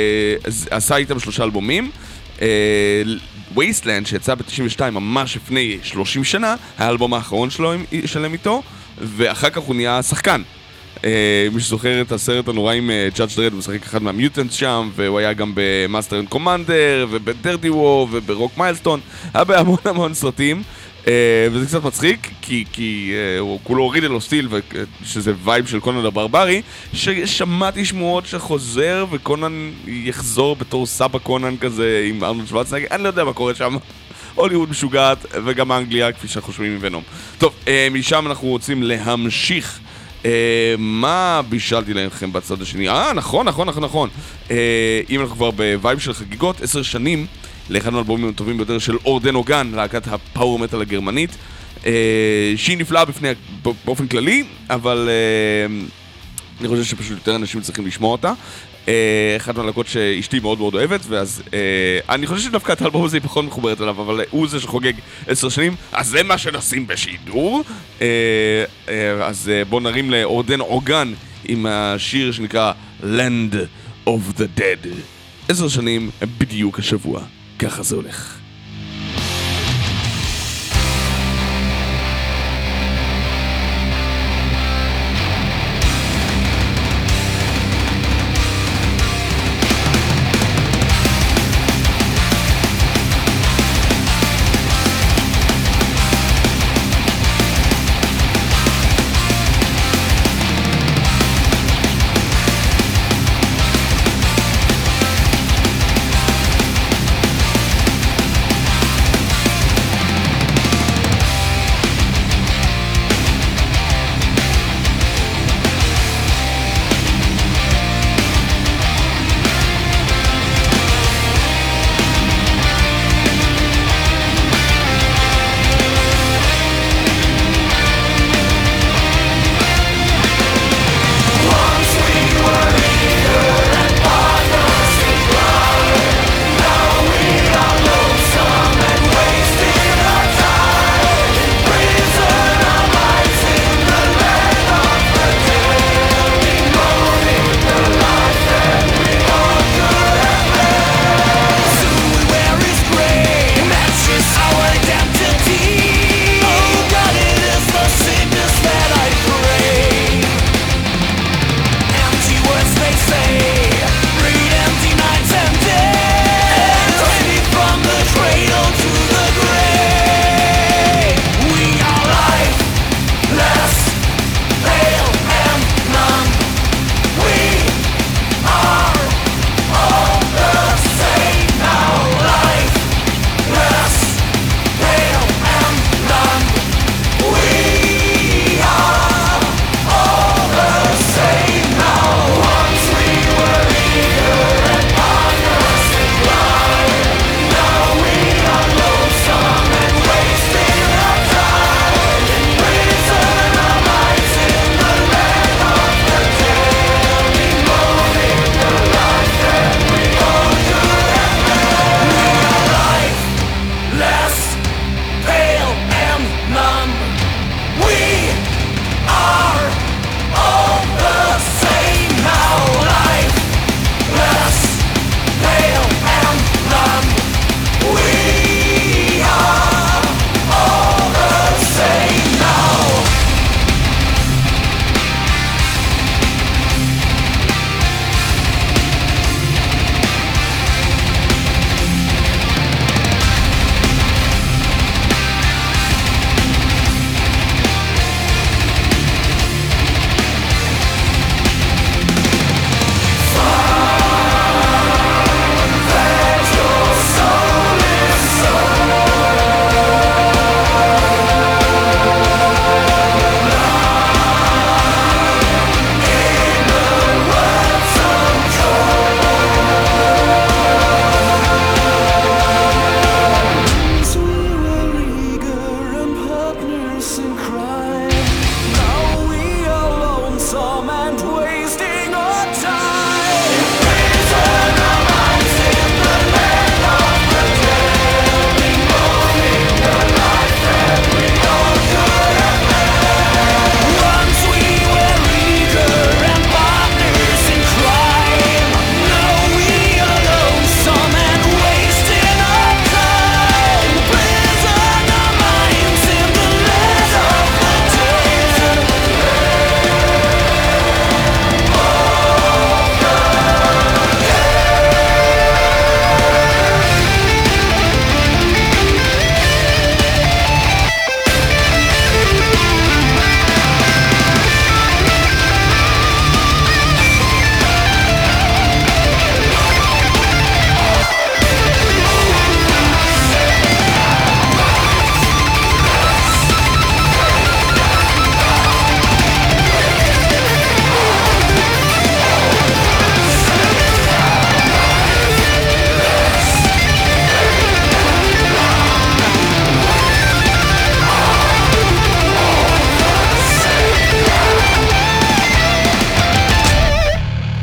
עשה איתם שלושה אלבומים. וייסטלנד, uh, שיצא ב-תשעים ושתיים, ממש לפני שלושים שנה, היה האלבום האחרון שלו, שלהם איתו, ואחר כך הוא נהיה שחקן. Uh, מי שזוכר את הסרט הנורא עם ג'אדג' דרד, הוא משחק אחד מהמיוטנטס שם, והוא היה גם במאסטר אנד קומנדר, ובדרטי וור, וברוק מיילסטון, היה בהמון המון סרטים. Uh, וזה קצת מצחיק, כי, כי uh, הוא כולו רידל אוף סטיל, שזה וייב של קונן הברברי, ששמעתי שמועות שחוזר, וקונן יחזור בתור סבא קונן כזה עם ארנולד שוורצנגר, אני לא יודע מה קורה שם. הוליווד משוגעת, וגם האנגליה, כפי שאנחנו חושבים מוונום. טוב, uh, משם אנחנו רוצים להמשיך. Uh, מה בישלתי לכם בצד השני? אה, נכון, נכון, נכון, נכון. Uh, אם אנחנו כבר בווייב של חגיגות, עשר שנים, לאחד מהאלבומים הטובים ביותר של אורדן אוגן, להקת הפאוור מטל הגרמנית, אה, שהיא נפלאה בפני, באופן כללי, אבל אה, אני חושב שפשוט יותר אנשים צריכים לשמוע אותה. אה, אחת מהלהקות שאשתי מאוד מאוד אוהבת, ואז אה, אני חושב שדווקא את האלבום הזה היא פחות מחוברת אליו, אבל הוא זה שחוגג עשר שנים, אז זה מה שנשים בשידור. אה, אה, אז אה, בואו נרים לאורדן אוגן עם השיר שנקרא Land of the Dead. עשר שנים בדיוק השבוע. ככה זה הולך.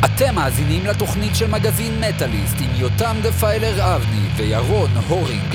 אתם מאזינים לתוכנית של מגזין מטאליסט עם יותם דפיילר אבני וירון הורינג.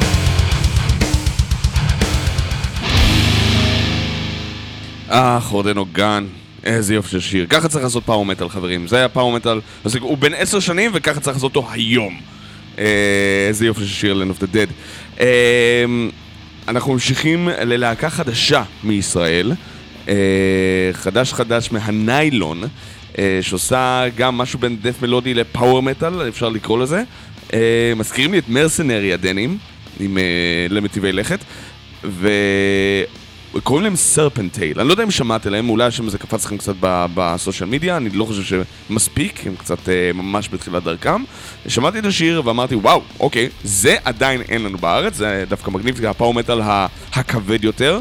אה, חורדנו גן, איזה יופי של שיר. ככה צריך לעשות פאוור מטל, חברים. זה היה פאוור מטל, הוא בן עשר שנים וככה צריך לעשות אותו היום. איזה יופי של שיר, Land of the Dead. אנחנו ממשיכים ללהקה חדשה מישראל, חדש חדש מהניילון, שעושה גם משהו בין דף מלודי לפאוור מטל, אפשר לקרוא לזה. מזכירים לי את מרסנרי הדנים, עם למטיבי לכת, ו... קוראים להם סרפנטייל. אני לא יודע אם שמעתם להם, אולי השם הזה קפץ לכם קצת בסושיאל מדיה, אני לא חושב שמספיק, הם קצת ממש בתחילת דרכם. שמעתי את השיר ואמרתי, וואו, אוקיי, זה עדיין אין לנו בארץ, זה דווקא מגניב, זה הפאוור מטל הכבד יותר.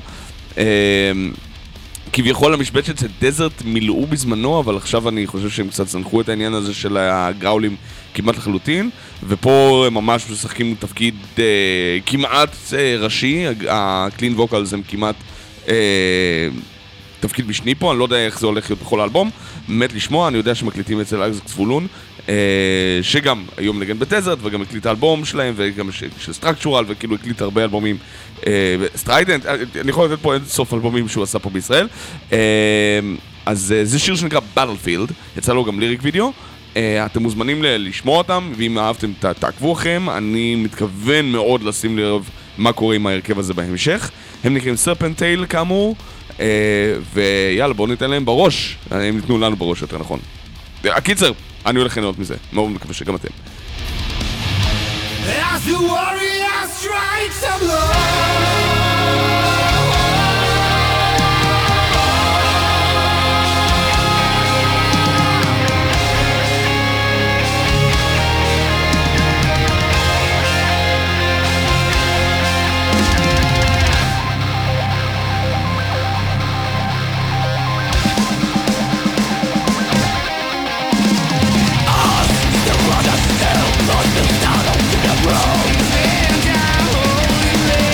כביכול המשבצת זה דזרט מילאו בזמנו, אבל עכשיו אני חושב שהם קצת זנחו את העניין הזה של הגראולים כמעט לחלוטין, ופה הם ממש משחקים תפקיד אה, כמעט אה, ראשי, הקלין ווקלס הם כמעט אה, תפקיד משני פה, אני לא יודע איך זה הולך להיות בכל האלבום, מת לשמוע, אני יודע שמקליטים אצל אקזק צפולון, אה, שגם היום נגן בדזרט, וגם הקליט האלבום שלהם, וגם של סטרקצ'ורל, וכאילו הקליט הרבה אלבומים, סטריידנט, אני יכול לתת פה אין סוף אלבומים שהוא עשה פה בישראל, אז זה שיר שנקרא Battlefield, יצא לו גם ליריק וידאו, אתם מוזמנים לשמוע אותם, ואם אהבתם תעקבו לכם, אני מתכוון מאוד לשים לרב מה קורה עם ההרכב הזה בהמשך. הם נקראים סרפנטייל כאמור, ויאללה בואו ניתן להם בראש, הם ניתנו לנו בראש יותר נכון. הקיצר, אני הולך ליהנות מזה, מאוד מקווה שגם אתם. As the warrior strikes a blow, the blood of the stone of the road, and I holy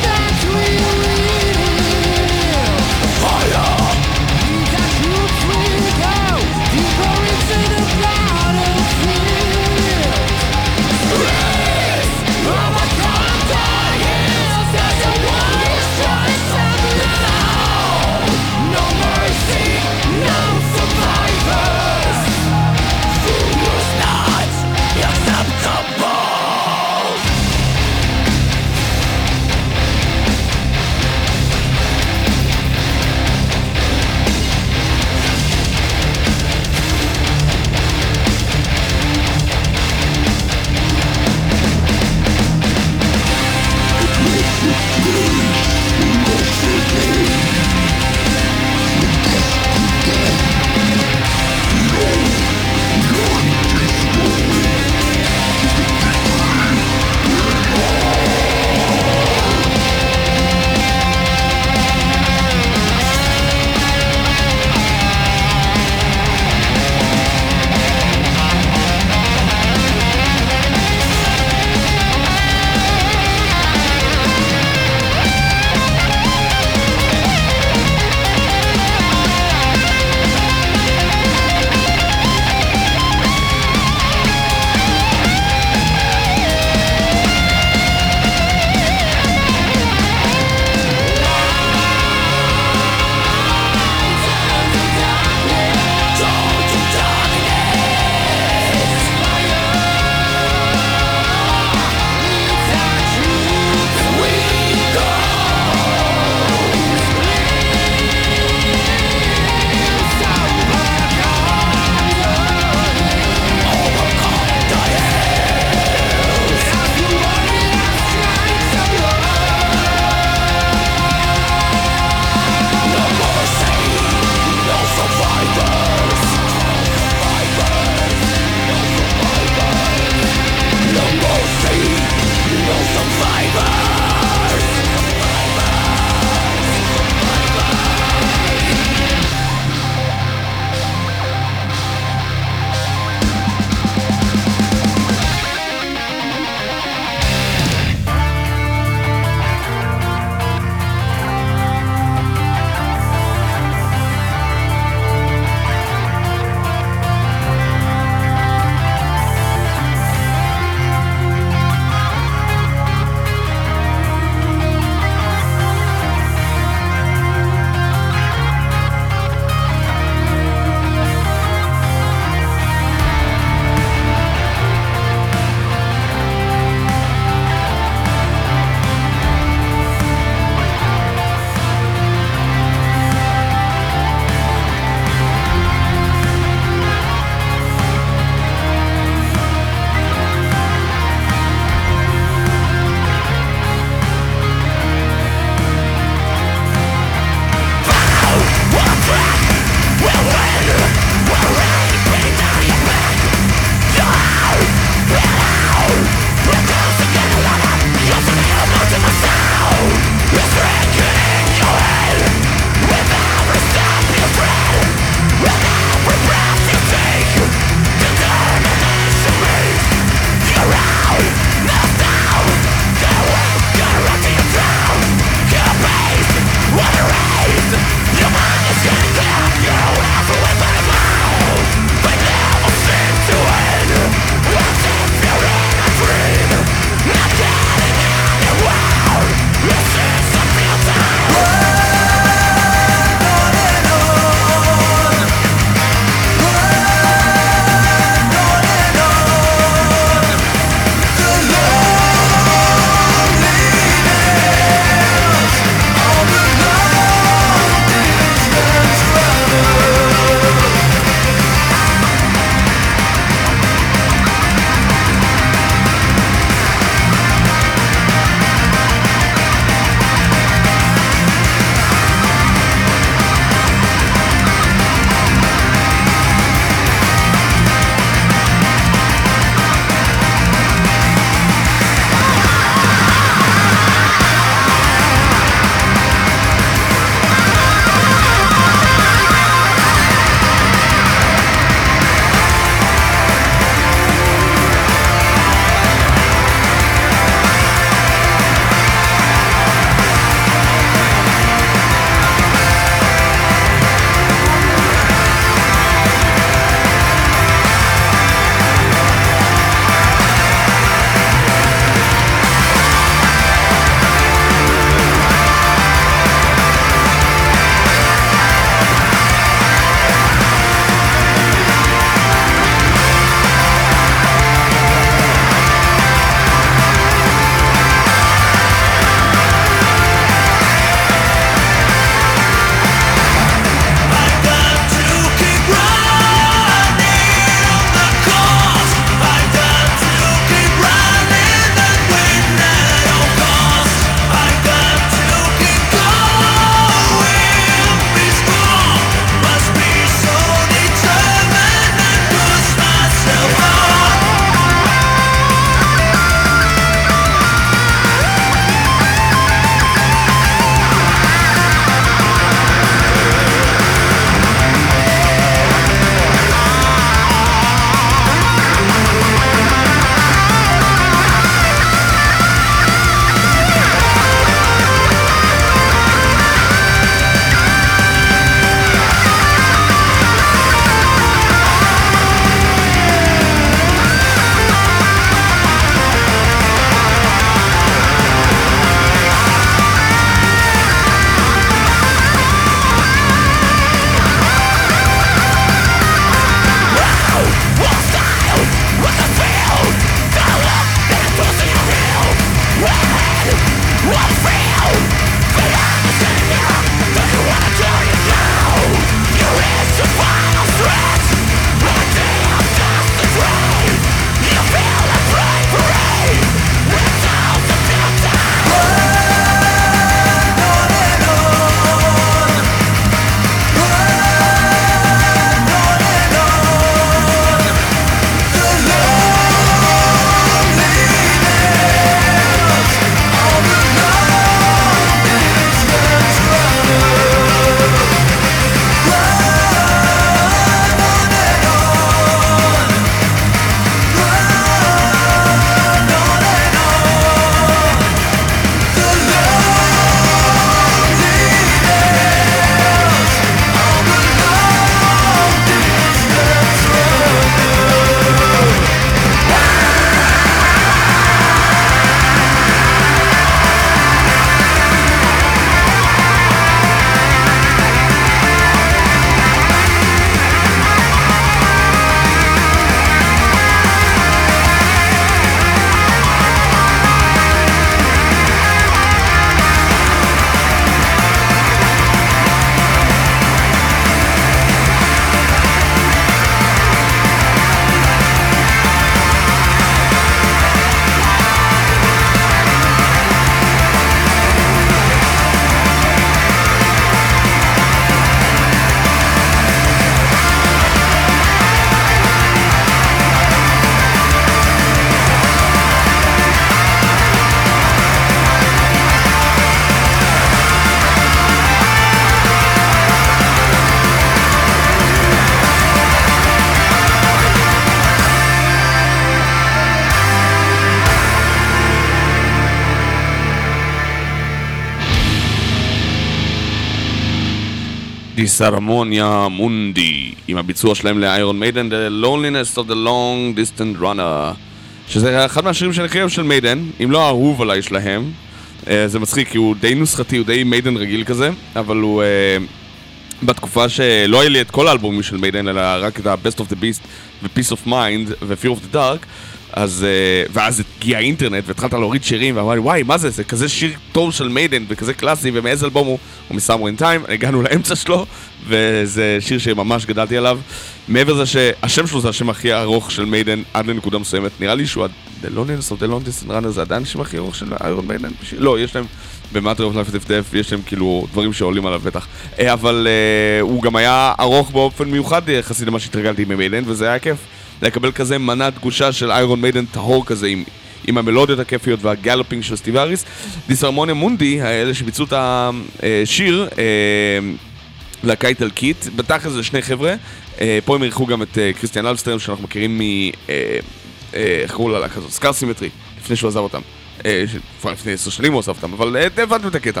דיסהרמוניה מונדי, עם הביצוע שלהם לאיירון מיידן, The Loneliness of the Long Distant Runner, שזה אחד מהשירים שאני חייב של מיידן, אם לא האהוב עליי שלהם. זה מצחיק, כי הוא די נוסחתי, הוא די מיידן רגיל כזה, אבל הוא בתקופה שלא היה לי את כל האלבומים של מיידן, אלא רק את ה-Best of the Beast ו-Peace of Mind ו-Fear of the Dark, אז, ואז הגיע האינטרנט והתחלת להוריד שירים ואמרתי וואי מה זה, זה כזה שיר טוב של מיידן וכזה קלאסי, ומאיזה אלבום הוא? הוא מ-Somewhere in Time, הגענו לאמצע שלו וזה שיר שממש גדלתי עליו. מעבר לזה שהשם שלו זה השם הכי ארוך של מיידן עד לנקודה מסוימת, נראה לי שהוא The Loneliness of the Long Distant Runner זה עדיין השם הכי ארוך של איירון מיידן? לא, יש להם ב-Matter of Life and Death יש להם כאילו דברים שעולים עליו בטח, אבל הוא גם היה ארוך באופן מיוחד יחסית למה שהתרגלתי עם מיידן, וזה היה כיף לקבל כזה מנה דגושה של איירון מיידן טהור כזה עם, עם המלודיות הכיפיות והגלופינג של סטיב האריס. דיסהרמוניה מונדי, האלה שביצעו את השיר להקה איטלקית, בתכל'ס זה שני חבר'ה, פה הם ערכו גם את קריסטיאן אלסטרם שאנחנו מכירים מ... איך קראו לה כזאת? סקאר סימטרי, לפני שהוא עזב אותם, לפני עשר שנים הוא עזב אותם, אבל הבנתם את הקטע.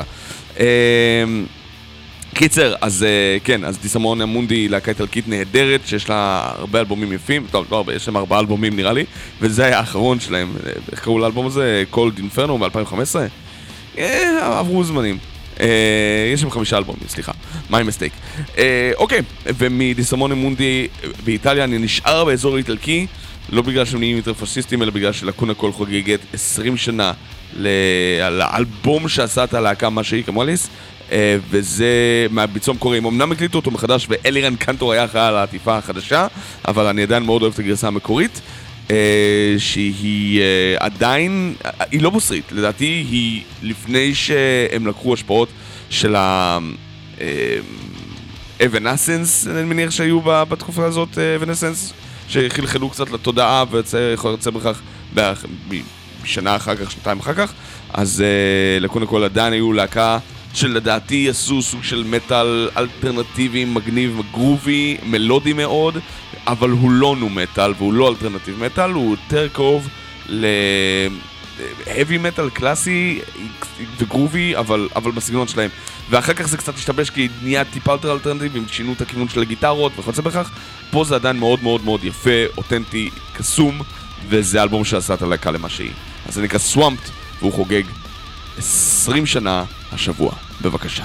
קיצר, אז כן, אז דיסהרמוניה מונדי להקה איטלקית נהדרת, שיש לה הרבה אלבומים יפים, טוב, לא הרבה, יש להם ארבעה אלבומים נראה לי, וזה היה האחרון שלהם. איך קראו לאלבום הזה? Cold Inferno ב-אלפיים וחמש עשרה? אה, עברו זמנים. יש שם חמישה אלבומים, סליחה, my mistake. אוקיי, ומדיסהרמוניה מונדי באיטליה אני נשאר באזור האיטלקי, לא בגלל שהם נהיים יותר פאשיסטים, אלא בגלל שלקונה קול חוגגת עשרים שנה לאלבום שעשה את הלהקה מה שהיא כמוליס, וזה מהביצוע המקורי. הם אמנם הקליטו אותו מחדש ואלירן קנטור היה אחראי על העטיפה החדשה, אבל אני עדיין מאוד אוהב את הגרסה המקורית, שהיא עדיין, היא לא בוסרית, לדעתי היא לפני שהם לקחו השפעות של האבנסנס, אני מניח שהיו בתקופה הזאת אבנסנס, שחלחלו קצת לתודעה ויכול לצא בכך בשנה אחר כך, שנתיים אחר כך. אז לקונה קול עדיין היו להקה שלדעתי עשו סוג של מטל אלטרנטיבי, מגניב, גרובי, מלודי מאוד, אבל הוא לא נו מטל והוא לא אלטרנטיב מטל, הוא יותר קרוב להבי מטל קלאסי וגרובי, אבל, אבל בסגנון שלהם. ואחר כך זה קצת השתבש כי נהיה טיפה יותר אלטרנטיבי, הם שינו את הכיוון של הגיטרות וכיוצא בכך. פה זה עדיין מאוד מאוד מאוד יפה, אותנטי, קסום, וזה אלבום שעשה את הלהקה למה שהיא. אז זה נקרא Swamped, והוא חוגג עשרים שנה השבוע. בבקשה.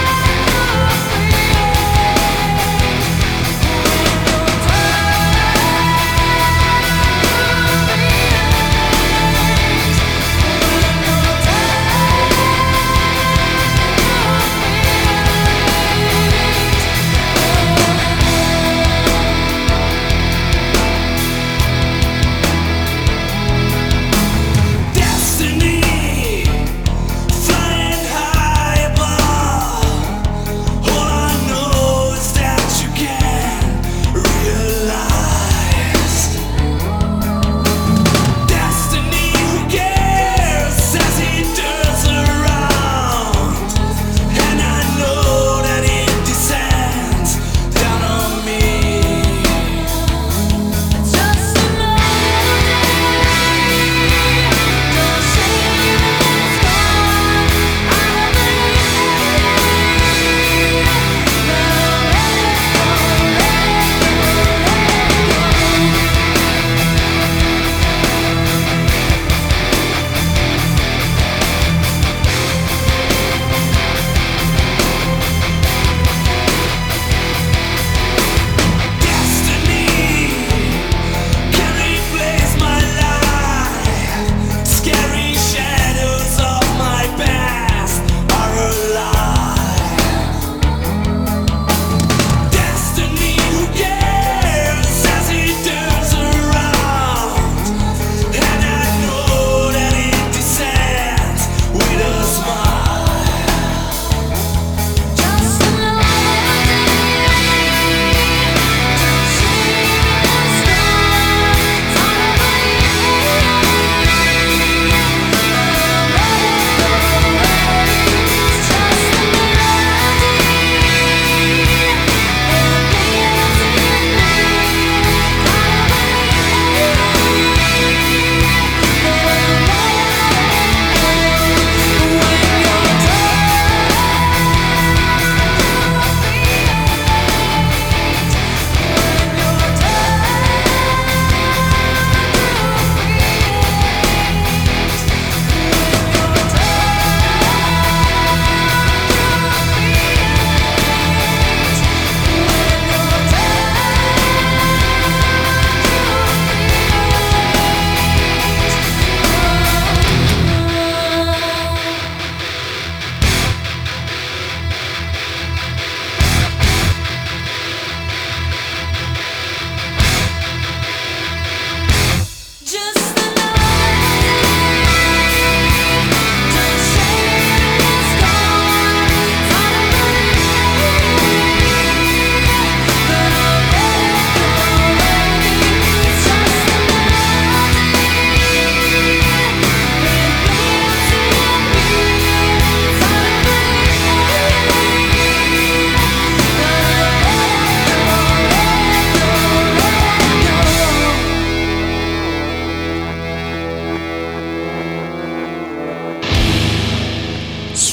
We'll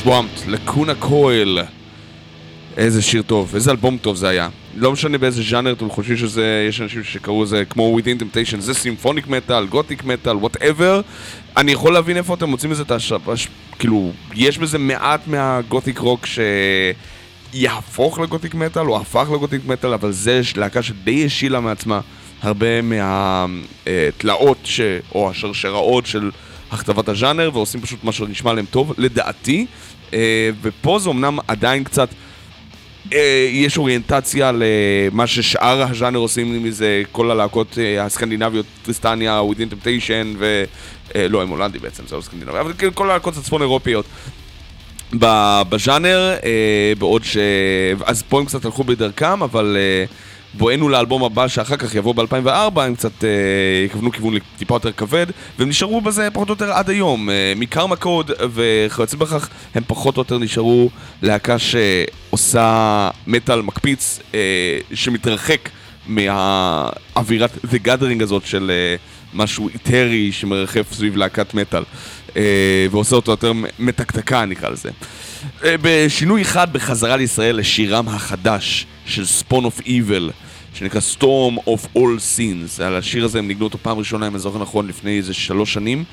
Swamped, לקונה קויל. איזה שיר טוב, איזה אלבום טוב זה היה. לא משנה באיזה ז'אנר, אתם חושבים שזה, יש אנשים שקראו זה כמו Within Temptation, זה סימפוניק מטל, גותיק מטל, whatever. אני יכול להבין איפה אתם מוצאים את זה, כאילו, יש בזה מעט מהגותיק רוק שיהפוך לגותיק מטל, או הפך לגותיק מטל, אבל זה להקה שדי השילה מעצמה הרבה מהתלאות או השרשראות של הכתבת הז'אנר, ועושים פשוט מה שנשמע להם טוב, לדעתי. ופה זה אמנם עדיין קצת יש אוריינטציה למה ששאר הז'אנר עושים מזה, כל הלהקות הסקנדינביות, טריסטניה, Within Temptation ו... לא, הם הולנדי בעצם, זה לא סקנדינביה, אבל כל הלהקות הצפון אירופיות בז'אנר, בעוד ש... אז פה הם קצת הלכו בדרכם, אבל בואנו לאלבום הבא שאחר כך יבוא ב-אלפיים וארבע, הם קצת יכוונו כיוון טיפה יותר כבד, והם נשארו בזה פחות או יותר עד היום. מקרמה קוד וחצי בכך, הם פחות או יותר נשארו להקה שעושה מטל מקפיץ, שמתרחק מהאווירת The Gathering הזאת של משהו איטרי שמרחף סביב להקת מטל, ועושה אותו יותר מתקתקה נקרא לזה. בשינוי אחד בחזרה לישראל לשירם החדש של Spawn of Evil, שנקרא Storm of All Sins. על השיר הזה הם ניגנו אותו פעם ראשונה, אם אני זוכר נכון, לפני איזה שלוש שנים,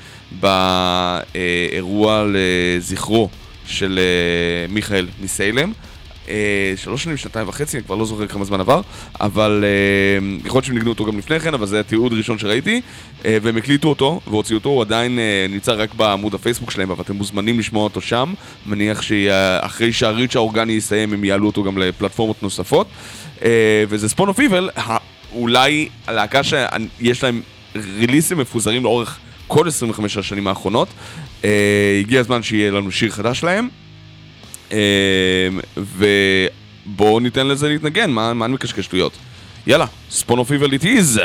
באירוע לזכרו של מיכאל מסיילם. שלוש שנים, שנתיים וחצי, אני כבר לא זוכר כמה זמן עבר, אבל יכול להיות שהם ניגנו אותו גם לפני כן, אבל זה התיעוד ראשון שראיתי, והם הקליטו אותו והוציאו אותו, הוא עדיין נמצא רק בעמוד הפייסבוק שלהם, אבל אתם מוזמנים לשמוע אותו שם. מניח שאחרי שהריץ' האורגני יסיים הם יעלו אותו גם לפלטפורמות נוספות, וזה Spawn of Evil, אולי הלהקה שיש להם ריליסים מפוזרים לאורך כל עשרים וחמש השנים האחרונות. הגיע הזמן שיהיה לנו שיר חדש להם, ובואו ניתן לזה להתנגן. מה, מה אני מקשקש שטויות? יאללה, Spawn of Evil it is.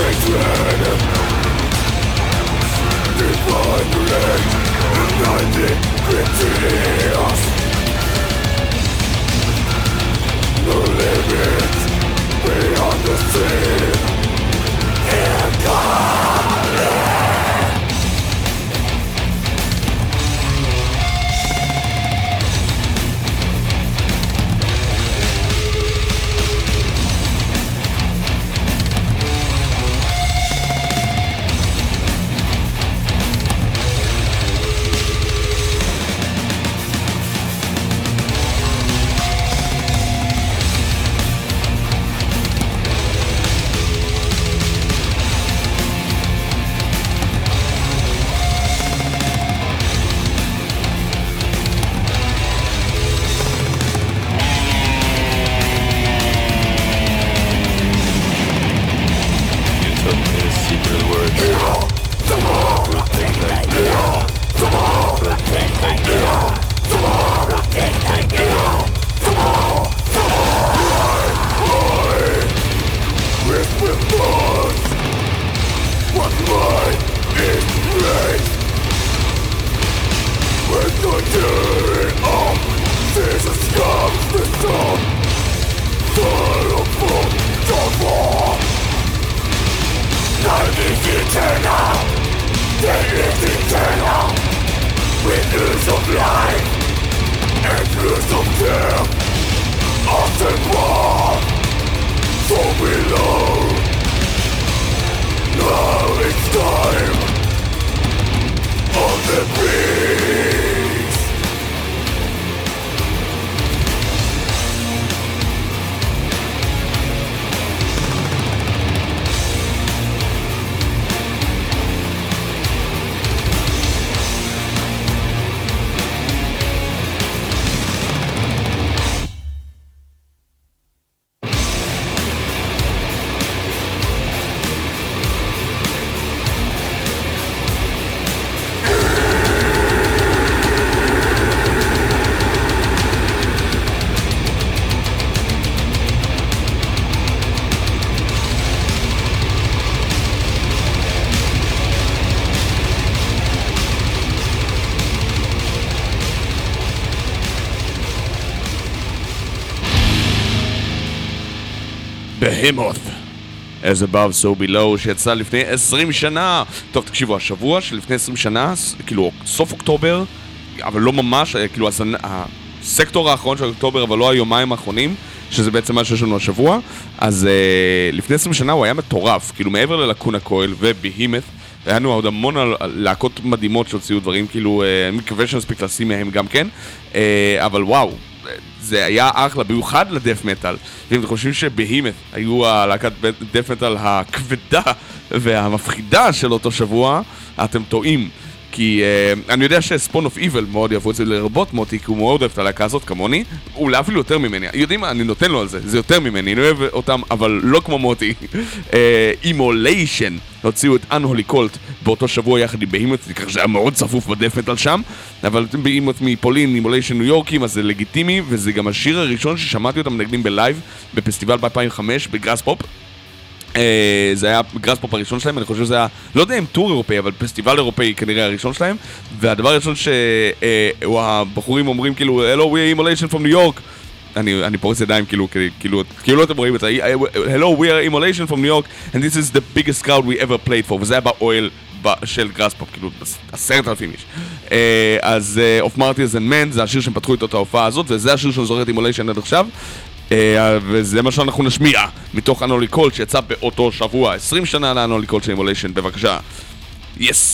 Behemoth As Above So Below שיצא לפני עשרים שנה. טוב, תקשיבו, השבוע שלפני עשרים שנה, כאילו סוף אוקטובר, אבל לא ממש, כאילו הסנ... הסקטור האחרון של אוקטובר, אבל לא היומיים האחרונים, שזה בעצם מה שיש לנו השבוע. אז uh, לפני עשרים שנה הוא היה מטורף, כאילו מעבר ללקונה קויל ובהימת, היה לנו עוד המון להקות מדהימות שהוציאו דברים, כאילו, אני מקווה שנספיק לשים מהם גם כן, uh, אבל וואו, זה היה אחלה, ביוחד לדף מטל. ואם אתם חושבים שבהימת היו הלהקת דף מטל הכבדה והמפחידה של אותו שבוע, אתם טועים. כי uh, אני יודע שספון אוף איבל מאוד יבוא את זה לרבות מוטי, כי הוא מאוד אוהב את הלהקה הזאת כמוני, אולי אפילו יותר ממני. יודעים מה, אני נותן לו על זה, זה יותר ממני, אני אוהב אותם, אבל לא כמו מוטי. אימוליישן, uh, הוציאו את Unholy Cult באותו שבוע יחד עם בהימות, כך שהיה מאוד צפוף בדף מטל שם, אבל אתם בהימות מפולין, אימוליישן ניו יורקים, אז זה לגיטימי, וזה גם השיר הראשון ששמעתי אותם מנגנים בלייב, בפסטיבל ב-אלפיים וחמש, בגראס פופ. Uh, זה היה גראס פופ הראשון שלהם, אני חושב שזה היה, לא יודע אם טור אירופאי, אבל פסטיבל אירופאי כנראה הראשון שלהם, והדבר הראשון שהבחורים uh, אומרים כאילו, Hello, we are Immolation from New York, אני, אני פורס ידיים כאילו, כאילו, כאילו אתם רואים את זה, Hello, we are Immolation from New York, and this is the biggest crowd we ever played for, וזה היה באוהל של גראס פופ, כאילו, עשרת אלפים איש. Uh, אז uh, Of Martyrs and Men, זה השיר שהם פתחו איתו את ההופעה הזאת, וזה השיר שאני זוכר את Immolation עד עכשיו, Uh, וזה מה שאנחנו נשמיע מתוך Unholy Cult שיצא באותו שבוע. עשרים שנה ל-Unholy Cult של Immolation, בבקשה. יס!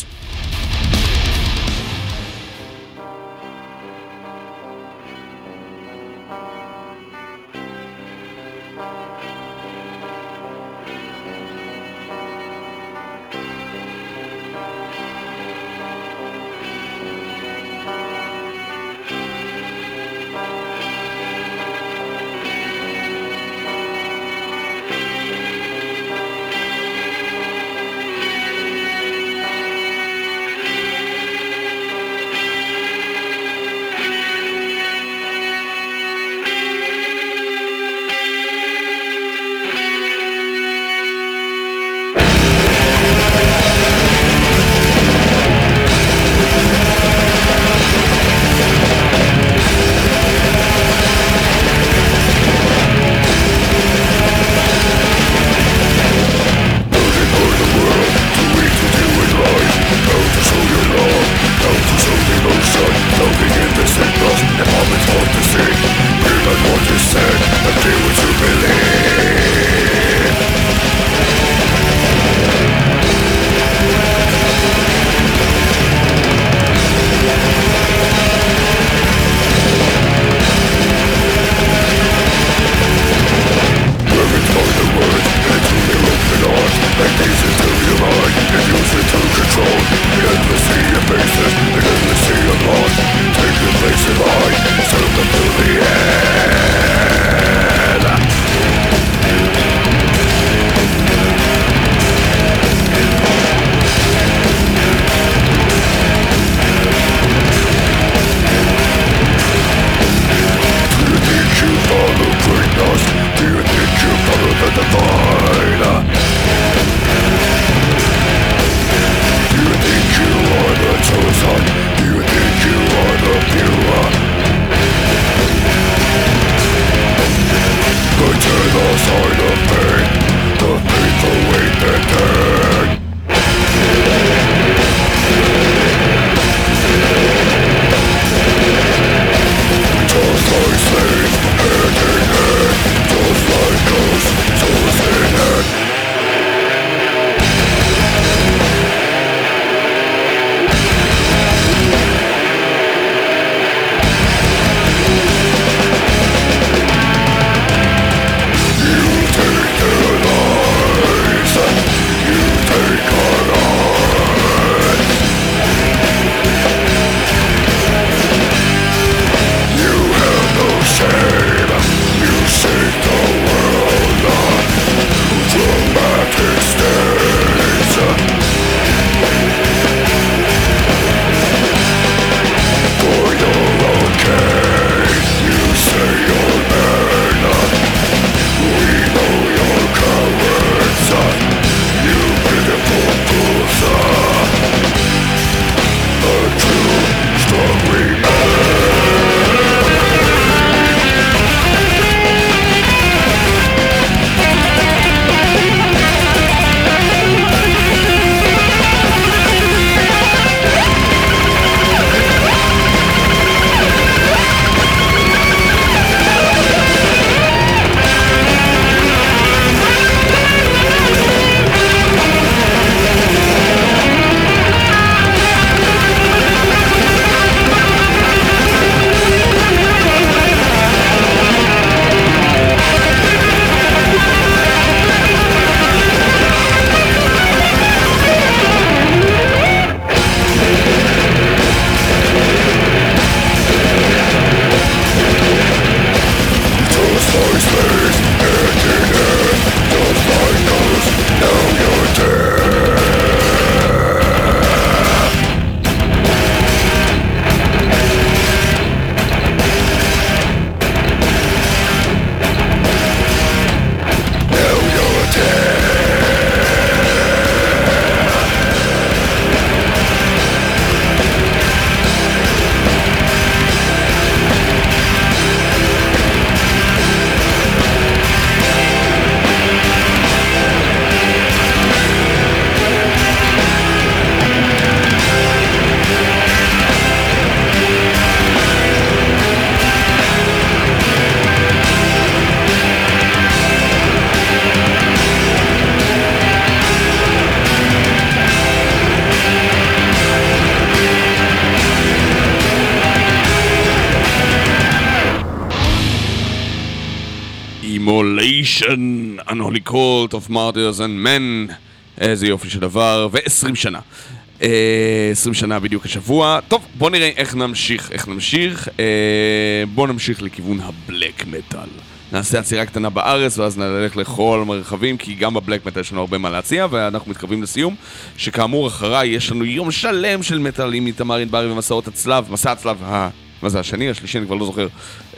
Damnation, Unholy Cult of Martyrs and Men. איזה יופי של דבר, ו-עשרים שנה. עשרים שנה בדיוק השבוע. טוב, בוא נראה איך נמשיך, איך נמשיך. בוא נמשיך לכיוון הבלק מטל. נעשה עצירה קטנה בארץ, ואז נלך לכל המרחבים, כי גם בבלק מטל יש לנו הרבה מה להציע, ואנחנו מתקרבים לסיום, שכאמור אחריי יש לנו יום שלם של מטל עם איתמר ענברי ומסעות הצלב, מסע הצלב, ה... מה זה, השני? השלישי, אני כבר לא זוכר.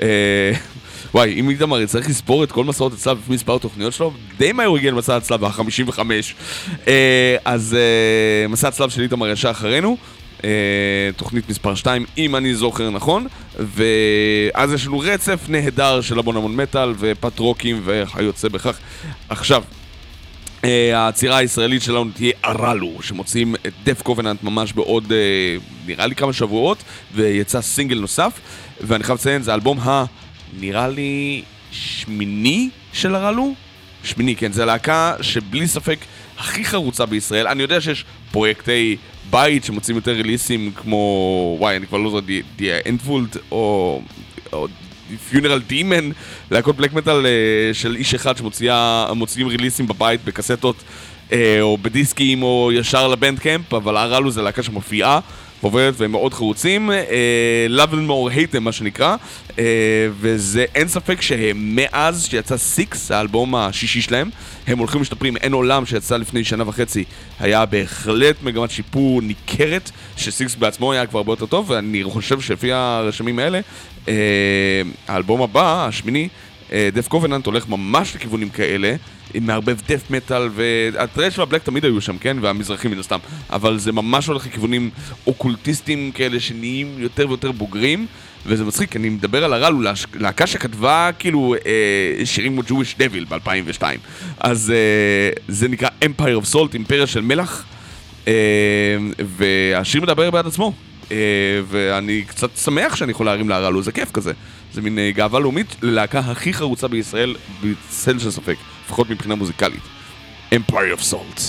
וואי, אם איתמר צריך לספור את כל מסעות הצלב לפי מספר התוכניות שלו, די מהר הוא הגיע למסע הצלב, ה-חמישים וחמש. אז מסע הצלב של איתמר ישר אחרינו, תוכנית מספר שתיים, אם אני זוכר נכון, ואז יש לנו רצף נהדר של המון המון מטל ופטרוקים והיוצא בכך. עכשיו, העצירה הישראלית שלנו תהיה ארלו, שמוצאים את דף קובננט ממש בעוד נראה לי כמה שבועות, ויצא סינגל נוסף, ואני חייב לציין, זה האלבום ה... נראה לי שמיני של ארלו? שמיני, כן, זה להקה שבלי ספק הכי חרוצה בישראל. אני יודע שיש פרויקטי בית שמוצאים יותר ריליסים כמו, וואי, אני כבר לא זוכר, די אנדוולד או פיונרל דימן, להקות בלק מטל של איש אחד שמוצאים ריליסים בבית, בקסטות או בדיסקים או ישר לבנד קמפ, אבל ארלו זה להקה שמופיעה עוברת והם מאוד חרוצים, Love and More Hate מה שנקרא, וזה אין ספק שמאז שיצא סיקס, האלבום השישי שלהם, הם הולכים משתפרים. אין עולם שיצא לפני שנה וחצי, היה בהחלט מגמת שיפור ניכרת, שסיקס בעצמו היה כבר הרבה יותר טוב, ואני חושב שלפי הרשמים האלה, האלבום הבא, השמיני, דף קובננט הולך ממש לכיוונים כאלה, עם מערבב דף מטל, והטרש והבלק תמיד היו שם, כן? והמזרחים מן הסתם, אבל זה ממש הולך לכיוונים אוקולטיסטיים כאלה שנהיים יותר ויותר בוגרים, וזה מצחיק, אני מדבר על ארלו, להקה שכתבה כאילו אה, שירים כמו Jewish Devil ב-אלפיים ושתיים, אז אה, זה נקרא Empire of Salt, אימפריה של מלח, אה, והשיר מדבר בעד עצמו, אה, ואני קצת שמח שאני יכול להרים לארלו, זה כיף כזה, זה מין אה, גאווה לאומית ללהקה הכי חרוצה בישראל, בצל של ספק, לפחות מבחינה מוזיקלית. Empire of Salt.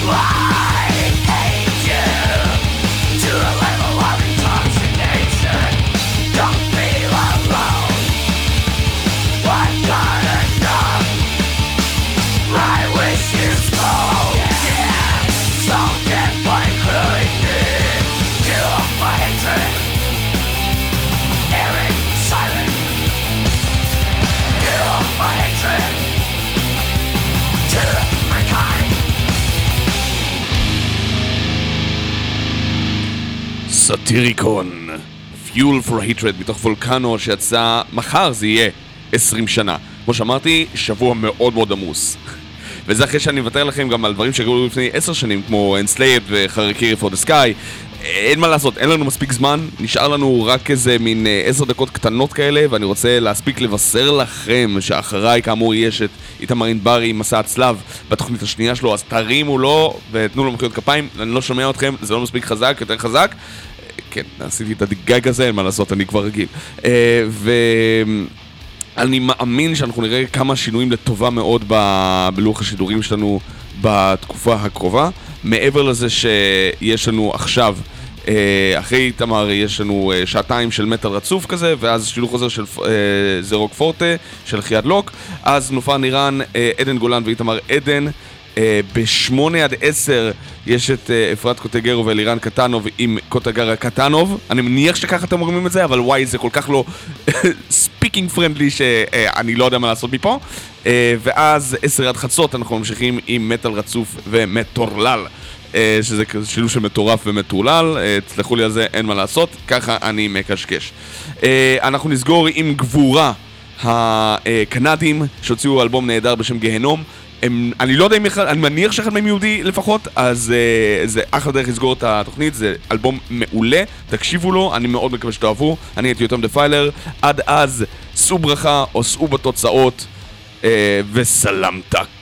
סאטיריקון, Fuel for Hatred מתוך וולקנו שיצא מחר, זה יהיה עשרים שנה. כמו שאמרתי, שבוע מאוד מאוד עמוס. וזה אחרי שאני מוותר לכם גם על דברים שקרו לפני עשר שנים, כמו Enslaved וחרקירי for the Sky. אין מה לעשות, אין לנו מספיק זמן, נשאר לנו רק איזה מין עשר דקות קטנות כאלה, ואני רוצה להספיק לבשר לכם שאחריי כאמור יש את איתמר ענברי עם מסע הצלב בתוכנית השנייה שלו, אז תרימו לו ותנו לו מחיאות כפיים. אני לא שומע אתכם, זה לא מספיק חזק, יותר חזק. כן, עשיתי את הגג הזה, אין מה לעשות, אני כבר רגיל. ואני מאמין שאנחנו נראה כמה שינויים לטובה מאוד בלוח השידורים שלנו בתקופה הקרובה. מעבר לזה שיש לנו עכשיו, אחרי תמר, יש לנו שעתיים של מטל רצוף כזה, ואז שילוך חוזר של זה רוק פורטה, של חיית לוק. אז נופר נירן, עדן גולן ואיתמר עדן. בשמונה עד עשר יש את אפרת קוטגרו ואלירן קטנוב עם קוטגרה קטנוב. אני מניח שככה אתם אומרים את זה, אבל וואי, זה כל כך לא ספיקינג פרנדלי שאני לא יודע מה לעשות מפה. ואז עשר עד חצות אנחנו ממשיכים עם מטל רצוף ומטורלל, שזה שילוב של מטורף ומטורלל. תסלחו לי על זה, אין מה לעשות, ככה אני מקשקש. אנחנו נסגור עם גבורה, הקנדים שהוציאו אלבום נהדר בשם גהנום. הם, אני לא יודע אם אחד, אני מניח שאחד מהם יהודי לפחות, אז uh, זה אחלה דרך לסגור את התוכנית. זה אלבום מעולה, תקשיבו לו, אני מאוד מקווה שתאהבו. אני הייתי יותם דפיילר, עד אז, שאו ברכה או שאו בתוצאות, uh, וסלמתק.